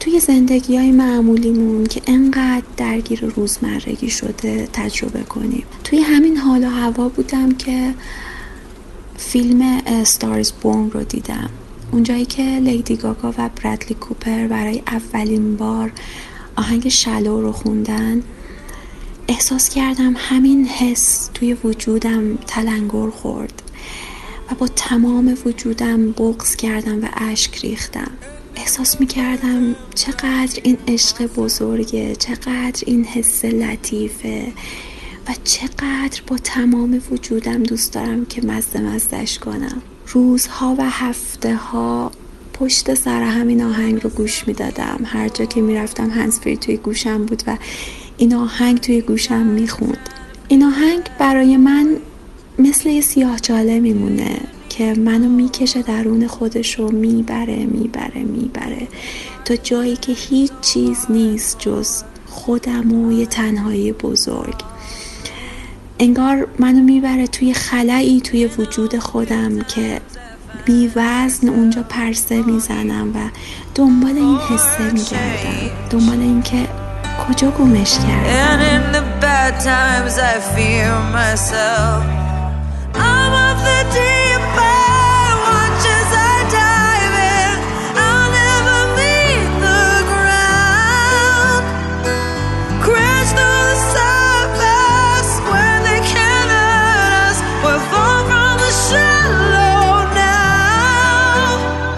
توی زندگی‌های معمولیمون که انقدر درگیر روزمرگی شده تجربه کنیم. توی همین حال و هوا بودم که فیلم استارز بورن رو دیدم، اونجایی که لیدی گاگا و برادلی کوپر برای اولین بار آهنگ شالو رو خوندن. احساس کردم همین حس توی وجودم تلنگر خورد و با تمام وجودم بغض کردم و اشک ریختم. احساس می‌کردم چقدر این عشق بزرگه، چقدر این حس لطیفه و چقدر با تمام وجودم دوست دارم که مزدش کنم. روزها و هفته ها پشت سر همین آهنگ رو گوش میدادم. هر جا که میرفتم هندزفری توی گوشم بود و این آهنگ توی گوشم میخوند. این آهنگ برای من مثل یه سیاهچاله میمونه که منو میکشه درون خودش رو میبره تا جایی که هیچ چیز نیست جز خودم و یه تنهایی بزرگ. انگار منو میبره توی خلایی توی وجود خودم که بی وزن اونجا پرسه میزنم و دنبال این حسه میگردم، دنبال این که کجا گمش کردم. And in the bad times I fear myself. I'm of the deep end, watch as I dive in. I'll never meet the ground. Crash through the surface when they can't hurt us. We're far from the shallow now.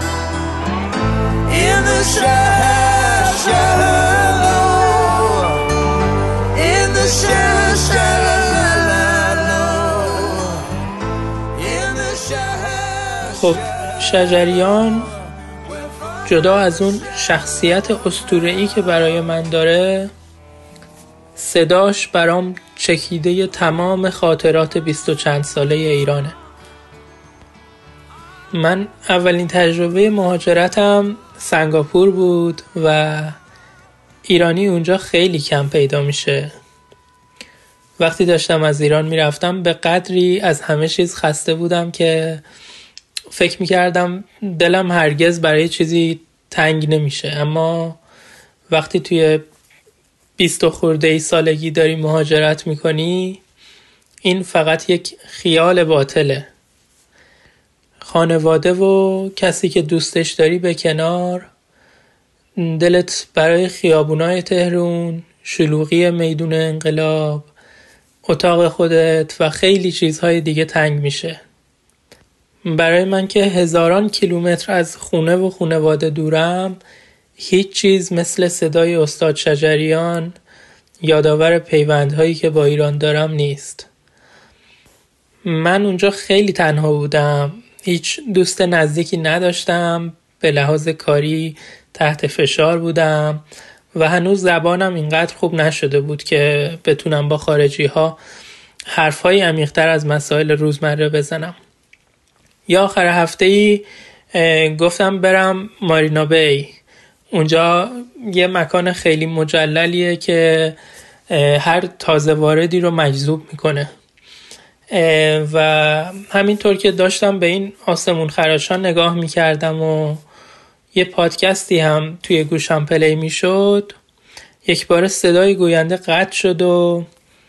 In the shallow. خب شجریان جدا از اون شخصیت اسطوره‌ای که برای من داره، صداش برام چکیده تمام خاطرات 20 و چند ساله ایرانه. من اولین تجربه مهاجرتم سنگاپور بود و ایرانی اونجا خیلی کم پیدا میشه. وقتی داشتم از ایران میرفتم به قدری از همه چیز خسته بودم که فکر میکردم دلم هرگز برای چیزی تنگ نمیشه. اما وقتی توی 20 خورده سالگی داری مهاجرت میکنی، این فقط یک خیال باطله. خانواده و کسی که دوستش داری به کنار، دلت برای خیابونای تهران، شلوغی میدون انقلاب، اتاق خودت و خیلی چیزهای دیگه تنگ میشه. برای من که هزاران کیلومتر از خونه و خانواده دورم، هیچ چیز مثل صدای استاد شجریان یادآور پیوندهایی که با ایران دارم نیست. من اونجا خیلی تنها بودم، هیچ دوست نزدیکی نداشتم، به لحاظ کاری تحت فشار بودم و هنوز زبانم اینقدر خوب نشده بود که بتونم با خارجی ها حرفهای عمیق‌تر از مسائل روزمره بزنم. یا آخر هفته‌ای گفتم برم مارینا بی. اونجا یه مکان خیلی مجللیه که هر تازه واردی رو مجذوب میکنه و همینطور که داشتم به این آسمون خراشان نگاه میکردم و یه پادکستی هم توی گوشم پلی میشد، یک بار صدای گوینده قطع شد و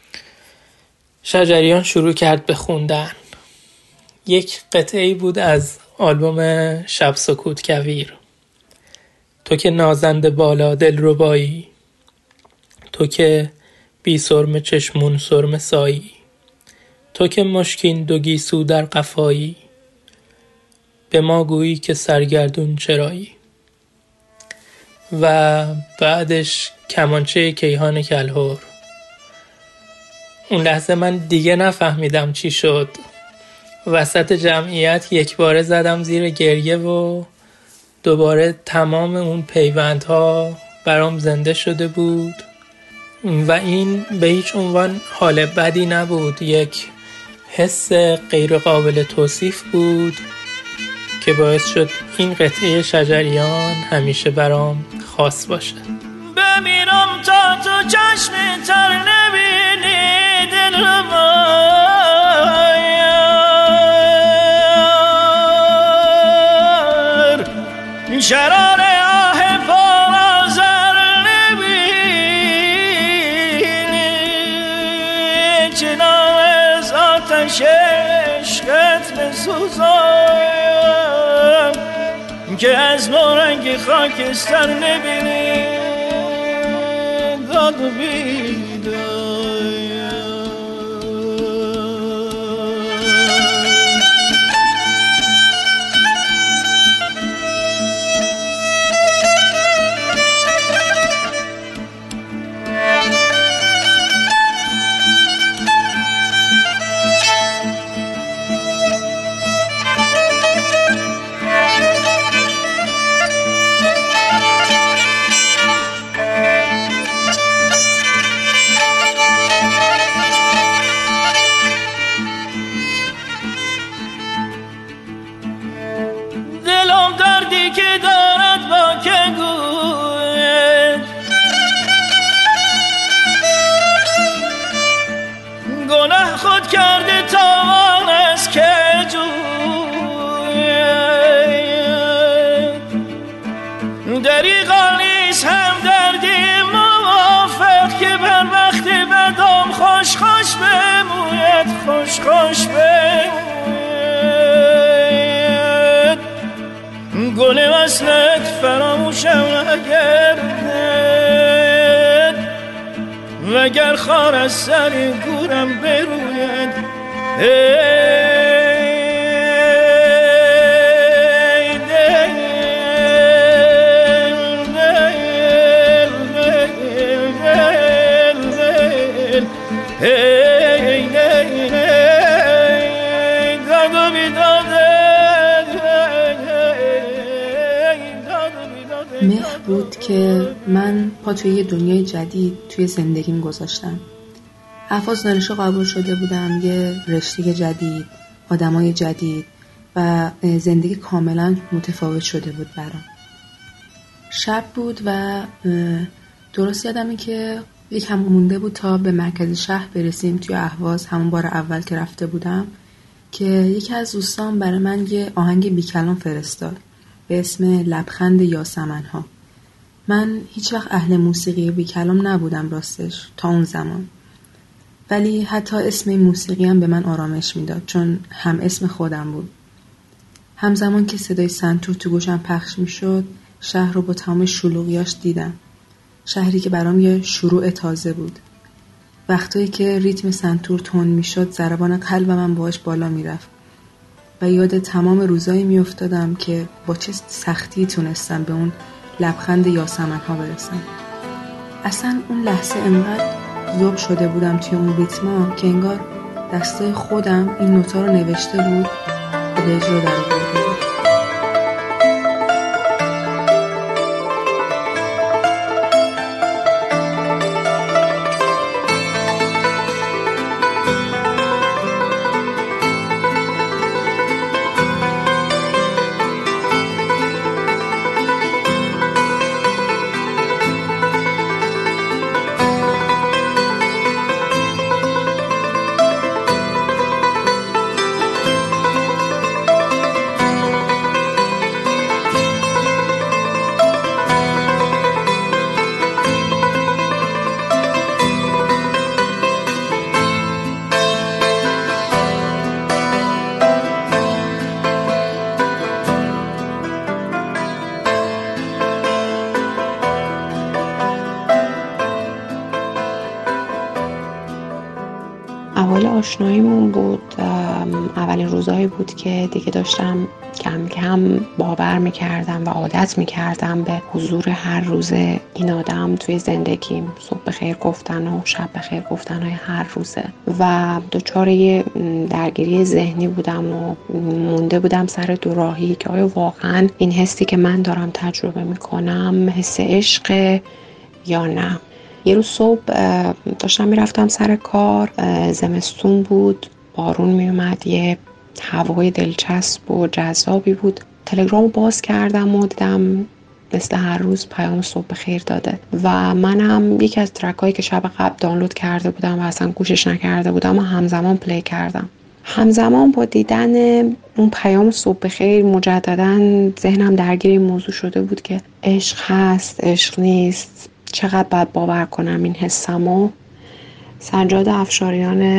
شجریان شروع کرد به خوندن. یک قطعه‌ای بود از آلبوم شب سکوت کویر. تو که نازنده بالا دلربایی، تو که بی سرم چشمون سرم سایی، تو که مشکین دو گیسو در قفایی، به ما گویی که سرگردون چرایی. و بعدش کمانچه کیهان کلهر. اون لحظه من دیگه نفهمیدم چی شد. وسط جمعیت یک باره زدم زیر گریه و دوباره تمام اون پیوندها برام زنده شده بود و این به هیچ عنوان حال بدی نبود، یک حس غیر قابل توصیف بود که باعث شد این قطعه شجریان همیشه برام خاص باشه. بمیرم تا تو چشم تر نبینی دلم شرار آه پر از که از ما رنگ خاکستر نبینی داد و بیداد. خوش خوش بموید گل وصلت فراموشم نگردد وگر خار از سر گورم بروید. مهر بود که من پا توی یه دنیای جدید توی زندگیم گذاشتم. احواز دانشگاه قبول شده بودم، یه رشته جدید، آدمای جدید و زندگی کاملا متفاوت شده بود برام. شب بود و درست یادمه که یکم مونده بود تا به مرکز شهر برسیم توی اهواز، همون بار اول که رفته بودم، که یکی از دوستان برای من یه آهنگ بیکلام فرستاد به اسم لبخند یاسمن‌ها. من هیچ وقت اهل موسیقی بیکلام نبودم راستش تا اون زمان، ولی حتی اسم این موسیقی هم به من آرامش میداد چون هم اسم خودم بود. همزمان که صدای سنتور تو گوشم پخش میشد شهر رو با تمام شلوغیاش دیدم، شهری که برام یه شروع تازه بود. وقتایی که ریتم سنتور تند میشد ضربان قلب من باهاش بالا میرفت و یاد تمام روزایی میافتادم که با چه سختی تونستم به اون لبخند یاسمن‌ها برسم. اصلا اون لحظه انقدر ذوق شده بودم توی اون ریتما که انگار دستای خودم این نوتا رو نوشته بود و به اجرا در آورده بود. آشناییمون بود، اولین روزایی بود که دیگه داشتم کم کم باور میکردم و عادت میکردم به حضور هر روز این آدم توی زندگیم، صبح بخیر گفتن و شب بخیر گفتن های هر روزه، و دچار یه درگیری ذهنی بودم و مونده بودم سر دوراهی که آیا واقعا این حسی که من دارم تجربه میکنم حس عشق یا نه. یه روز صبح داشتم میرفتم سر کار، زمستون بود، بارون میومد، یه هوای دلچسب و جذابی بود. تلگرام رو باز کردم و دیدم مثل هر روز پیام صبح بخیر داده و منم یکی از ترکایی که شب قبل دانلود کرده بودم و اصلا گوشش نکرده بودم و همزمان پلی کردم. همزمان با دیدن اون پیام صبح بخیر مجددا ذهنم درگیر این موضوع شده بود که عشق هست، عشق نیست، چقدر باید باور کنم این حسمو. سجاد افشاریان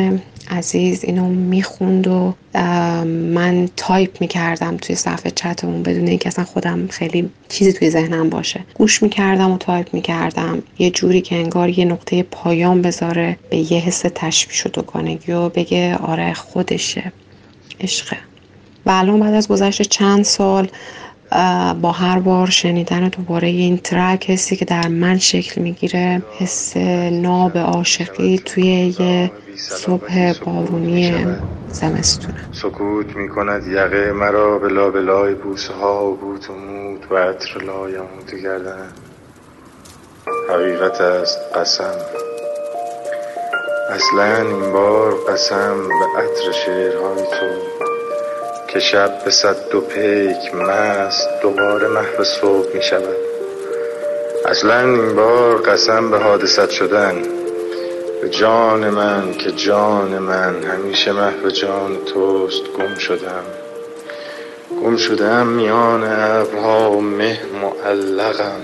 عزیز اینو میخوند و من تایپ میکردم توی صفحه چتمون بدون اینکه اصلا خودم خیلی چیزی توی ذهنم باشه. گوش میکردم و تایپ میکردم یه جوری که انگار یه نقطه پایان بذاره به یه حس تشبیه شدگانگی و بگه آره خودشه، عشقه. و الان بعد از گذشت چند سال با هر بار شنیدن دوباره این ترک، حسی که در من شکل میگیره حس ناب عاشقی توی یه صبح بارونی زمستونه. سکوت میکند یقه مرا به لابلای بوسه ها و بوت و مود و عطر لایموت گردن. حقیقت است قسم، اصلا این بار قسم به عطر شعرهای تو که شب به 102 پیک مست دوباره محو صبح می شود. اصلا این بار قسم به حادثت شدن، به جان من که جان من همیشه محو جان توست. گم شدم میان ابرها و مه معلقم.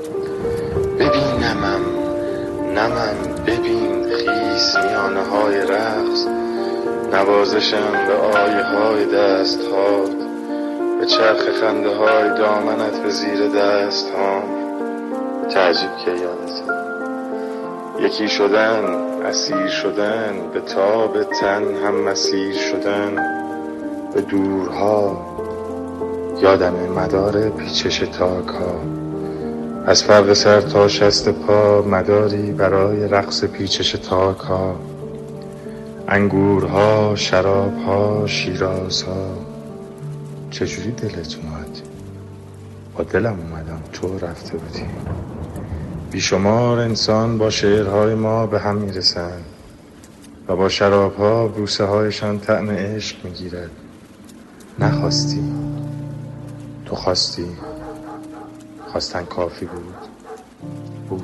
ببینمم نمم ببین خیس میانه های رقص، نوازشم به آیه های دست ها، به چرخ خنده های دامنت به زیر دست ها. تعجب که یادت یکی شدن، اسیر شدن، به تاب تن هم مسیر شدن به دورها. یادم مدار پیچش تاک ها، از فرق سر تا شست پا مداری برای رقص پیچش تاک ها. انگورها، شرابها، شیرازها. چجوری دلت اومد؟ با دلم اومدم، تو رفته بودی. بیشمار انسان با شعرهای ما به هم میرسن و با شرابها بوسه هایشان طعم عشق میگیرد. نخواستی، تو خواستی. خواستن کافی بود.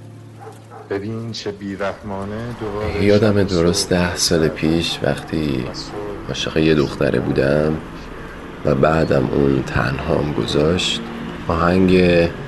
ببین چه بیرحمانه دوباره. یادم درست 10 سال پیش وقتی عاشق یه دختره بودم و بعدم اون تنهام گذاشت، آهنگ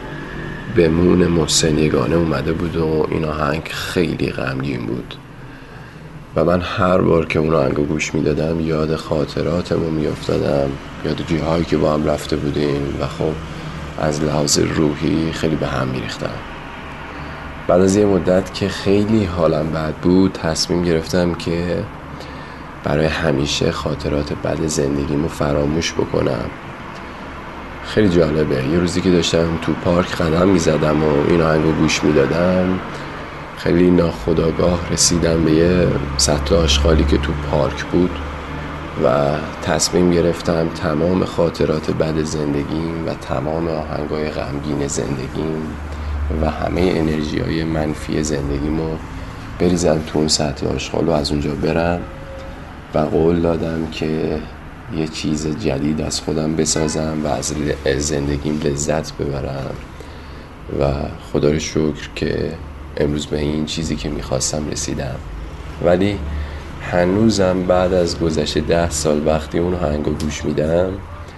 بمون محسن یگانه اومده بود و این آهنگ خیلی غمگین بود و من هر بار که اون آهنگو گوش میدادم یاد خاطراتمو میافتادم، یاد جاهایی که با هم رفته بودیم و خب از لحاظ روحی خیلی به هم میریختم. بعد از یه مدت که خیلی حالم بد بود تصمیم گرفتم که برای همیشه خاطرات بد زندگیمو فراموش بکنم. خیلی جالبه، یه روزی که داشتم تو پارک قدم میزدم و این آهنگو گوش میدادم خیلی ناخودآگاه رسیدم به یه سطل آشغالی که تو پارک بود و تصمیم گرفتم تمام خاطرات بد زندگیم و تمام آهنگای غمگین زندگیم و همه انرژی‌های منفی زندگیمو بریزم تو اون سطل آشغال و از اونجا برم و قول دادم که یه چیز جدید از خودم بسازم و از زندگیم لذت ببرم و خدا رو شکر که امروز به این چیزی که میخواستم رسیدم. ولی هنوزم بعد از گذشت 10 سال وقتی اون آهنگو گوش میدم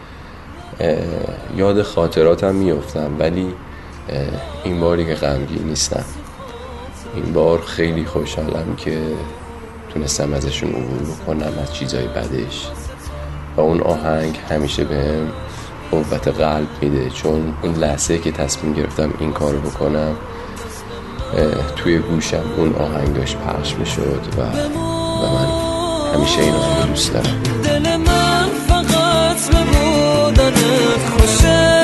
یاد خاطراتم میافتم، ولی این باری که غمگین نیستم. این بار خیلی خوشحالم که تونستم ازشون عبور بکنم، از چیزای بدش، و اون آهنگ همیشه بهم قوت قلب میده، چون اون لحظه که تصمیم گرفتم این کارو بکنم توی گوشم اون آهنگ داشت پخش میشد و من همیشه این آهنگ دوست دارم. دل من فقط به بودنت خوشه،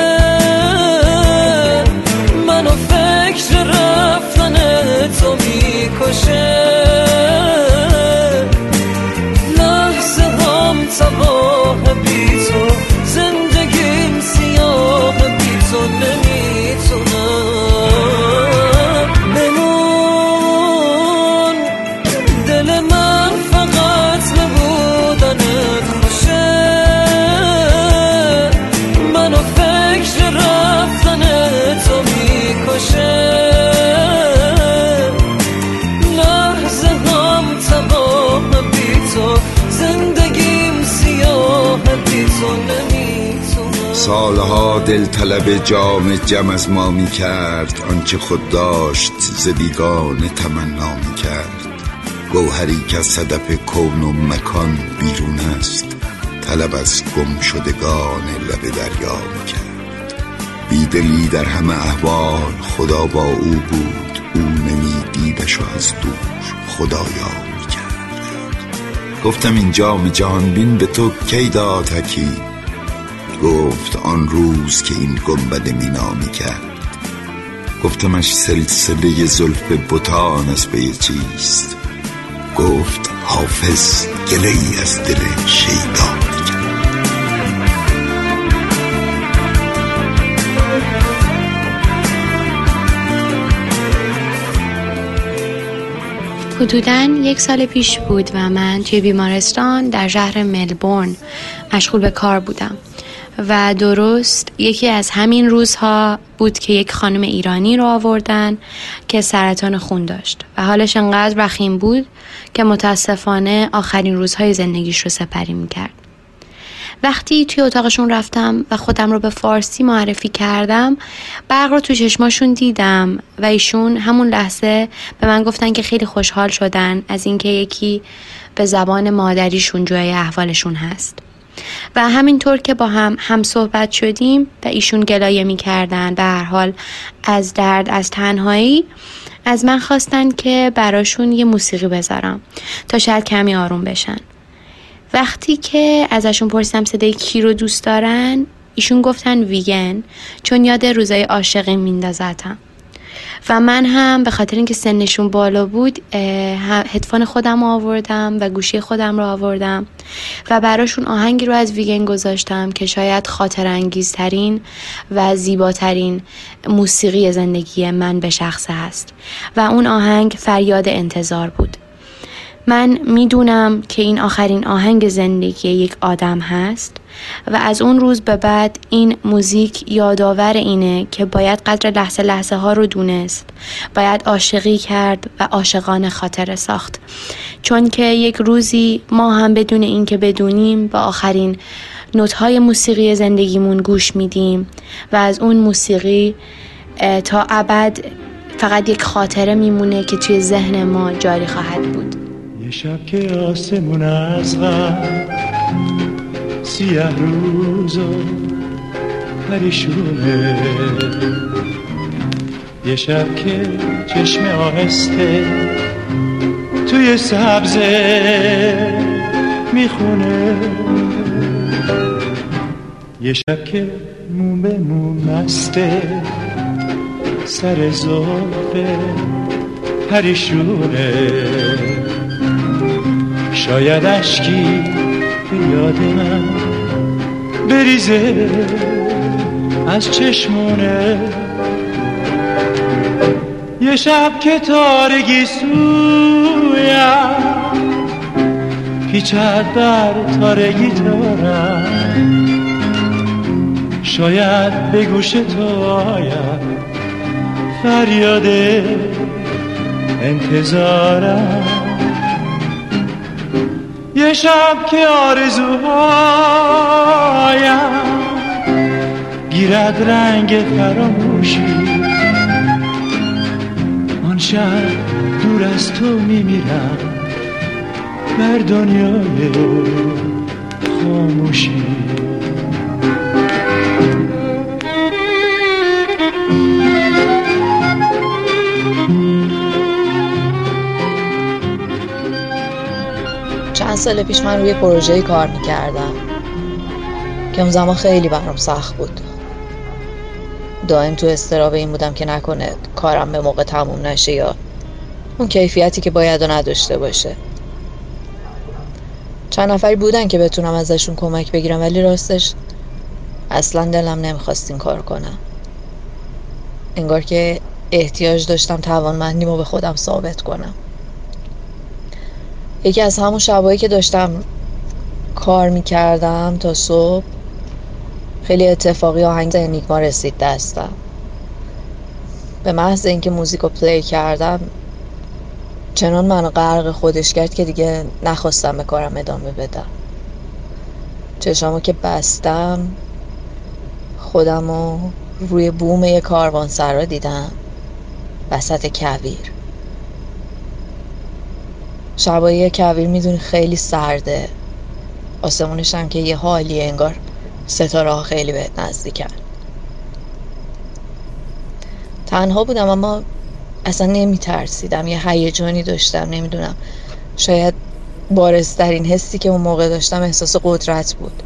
منو فکر رفتن تو میکشه، لحظه هم تباه بی تو، زندگیم سیاه بی تو، نمیتونم بمون. دل من فقط به بودنت خوشه، منو فکر رفتن تو میکشه، لحظه هم تباه بی تو، زندگیم سیاه بی تو، نمیتونم. سالها دل طلب جام جم از ما می کرد، آنچه خود داشت ز بیگانه تمنا می کرد. گوهری که از صدف کون و مکان بیرون است، طلب از گم شدگان لب دریا میکرد. بیدلی در همه احوال خدا با او بود، او نمیدیدش و از دور خدایا میکرد. گفتم این جام جهان بین به تو کی داد حکیم؟ گفت آن روز که این گنبد مینا میکرد. گفتمش سلسله زلف بتان از پی چیست؟ گفت حافظ گله ای از دل شیدا میکرد. حدوداً 1 سال پیش بود و من توی بیمارستان در شهر ملبورن مشغول به کار بودم و درست یکی از همین روزها بود که یک خانم ایرانی رو آوردن که سرطان خون داشت و حالش انقدر وخیم بود که متاسفانه آخرین روزهای زندگیش رو سپری میکرد. وقتی توی اتاقشون رفتم و خودم رو به فارسی معرفی کردم، برق رو تو چشماشون دیدم و ایشون همون لحظه به من گفتن که خیلی خوشحال شدن از اینکه یکی به زبان مادریشون جوی احوالشون هست. و همینطور که با هم صحبت شدیم و ایشون گلایه می کردن به هر حال از درد، از تنهایی، از من خواستن که براشون یه موسیقی بذارم تا شاید کمی آروم بشن. وقتی که ازشون پرسیدم صدای کی رو دوست دارن، ایشون گفتن ویگن، چون یاد روزای عاشقی میندازتم. و من هم به خاطر اینکه سنشون بالا بود هدفون خودم رو آوردم و گوشی خودم رو آوردم و براشون آهنگی رو از ویگن گذاشتم که شاید خاطر انگیزترین و زیباترین موسیقی زندگی من به شخصه هست و اون آهنگ فریاد انتظار بود. من میدونم که این آخرین آهنگ زندگی یک آدم هست و از اون روز به بعد این موزیک یادآور اینه که باید قدر لحظه لحظه ها رو دونست، باید عاشقی کرد و عاشقانه خاطره ساخت، چون که یک روزی ما هم بدون این که بدونیم با آخرین نوت‌های موسیقی زندگیمون گوش میدیم و از اون موسیقی تا ابد فقط یک خاطره میمونه که توی ذهن ما جاری خواهد بود. یه شب که آسمون از غم سیاه روز و پریشونه، یه شب که چشم آهسته توی سبزه میخونه، یه شب که مون به مون مسته سر زلف پریشونه، شاید اشکی به یاد من بریزه از چشمونه، یه شب که تارگی سویم پیچد بر تارگی تارم، شاید به گوش تو آید فریاد انتظارم، یه شب که آرزوهایم گیرد رنگ فراموشی، آن شب دور از تو میمیرم بر دنیای خاموشی. چند سال پیش من روی پروژه‌ای کار میکردم که اون زمان خیلی برام سخت بود. دائم تو اضطراب این بودم که نکنه کارم به موقع تموم نشه یا اون کیفیتی که باید و نداشته باشه. چند نفری بودن که بتونم ازشون کمک بگیرم، ولی راستش اصلا دلم نمیخواست این کار کنم. انگار که احتیاج داشتم توانمندیمو به خودم ثابت کنم. یکی از همون شبایی که داشتم کار میکردم تا صبح، خیلی اتفاقی آهنگ انیگما رسید دستم. به محض اینکه موزیک رو پلی کردم چنان منو غرق خودش کرد که دیگه نخواستم به کارم ادامه بدم. چشامو که بستم خودمو روی بوم یک کاروانسرا دیدم وسط کویر. شبای کویر میدونی خیلی سرده، آسمونش هم که یه حالیه، انگار ستاره ها خیلی بهت نزدیکن. تنها بودم اما اصلا نمیترسیدم، یه هیجانی داشتم، نمیدونم، شاید بارزترین حسی که اون موقع داشتم احساس قدرت بود.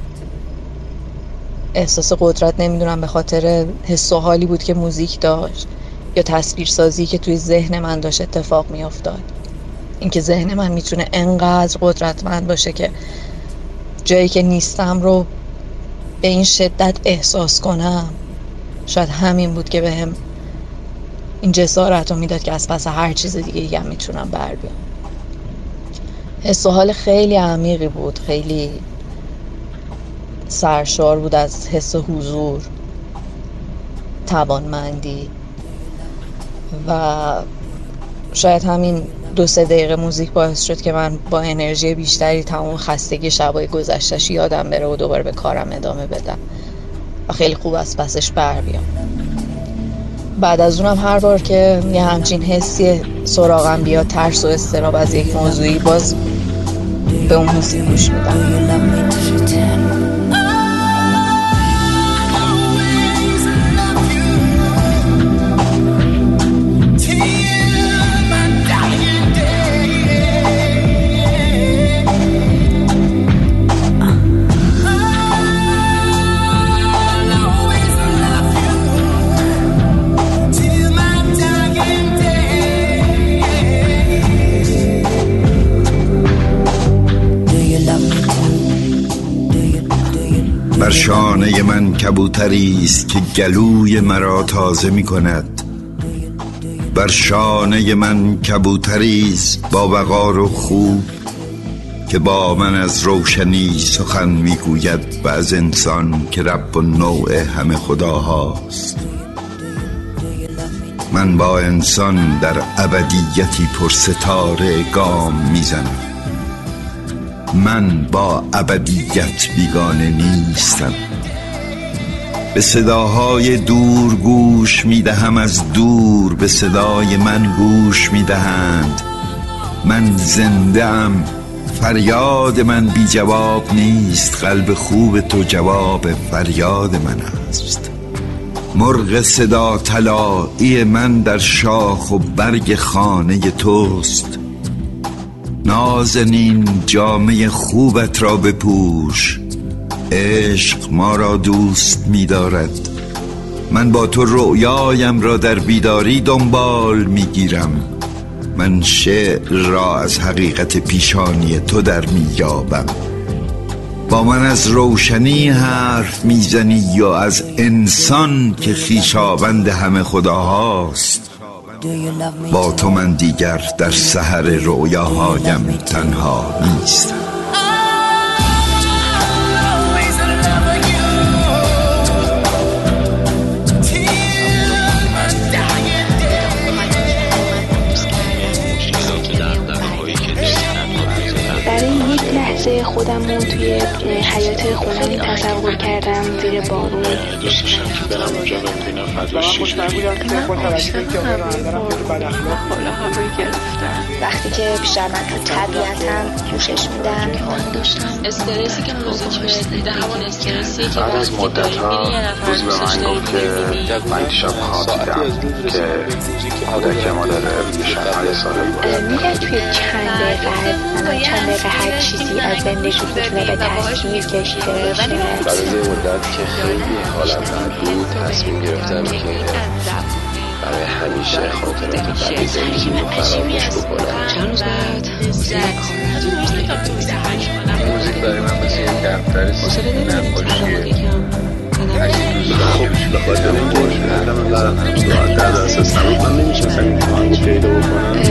احساس قدرت نمیدونم به خاطر حس و حالی بود که موزیک داشت یا تصویرسازی که توی ذهن من داشت اتفاق میافتاد. اینکه ذهن من میتونه انقدر قدرتمند باشه که جایی که نیستم رو به این شدت احساس کنم، شاید همین بود که بهم این جسارت رو میداد که از پس هر چیز دیگه هم میتونم بر بیام. حس و حال خیلی عمیقی بود، خیلی سرشار بود از حس حضور، توانمندی و شاید همین 2-3 دقیقه موزیک باعث شد که من با انرژی بیشتری تمام خستگی شبای گذشته‌اش یادم بره و دوباره به کارم ادامه بدم و خیلی خوب از پسش بر بیام. بعد از اونم هر بار که یه همچین حسی سراغم بیاد، ترس و اضطراب از یک موضوعی، باز به اون موزیک گوش میدم. بر شانه من کبوتری است که گلوی مرا تازه می کند. بر شانه من کبوتری است با وقار و خوب که با من از روشنی سخن می گوید و از انسان که رب و نوع همه خداهاست. من با انسان در ابدیتی پر ستاره گام می زنم. من با ابدیت بیگانه نیستم. به صداهای دور گوش میدهم، از دور به صدای من گوش میدهند. من زنده ام، فریاد من بی جواب نیست. قلب خوب تو جواب فریاد من است. مرغ صدا طلایی من در شاخ و برگ خانه توست. نازنین جامه خوبت را بپوش، عشق ما را دوست می دارد. من با تو رؤیایم را در بیداری دنبال می گیرم. من شعر را از حقیقت پیشانی تو در می یابم. با من از روشنی حرف می زنی یا از انسان که خویشاوند همه خداهاست. با تو من دیگر در سحر رویاهایم تنها نیستم. خودم رو توی حیات خونم تصور کردم زیر بارون. دوست داشتم که برم اونجا ببینم فضاش چجوریه. وقتی که بیشتر من تو طبیعتم گوشش میدم استرسی که موزیک میده همون استرسی که بعد از مدت ها روز به من گفت که من دیشب خواب دیدم که کودک ما داره شهر ساله بود. میگه توی چند دقیقه هر چیزی از زندگی میتونه به تصویر کشیده بشه. بعد از یه مدت که خیلی حالم بد بود تصمیم گرفتم که برای همیشه خاطرات بدی زندگی رو فراموش بکنم. چند روز بعد موزیک برای من مثل یک دفتر نقاشیه. خب به خاطر این گوش میدم برم هم ساعت در دست هستم. من نمیشستم این توانگو پیدا بکنم.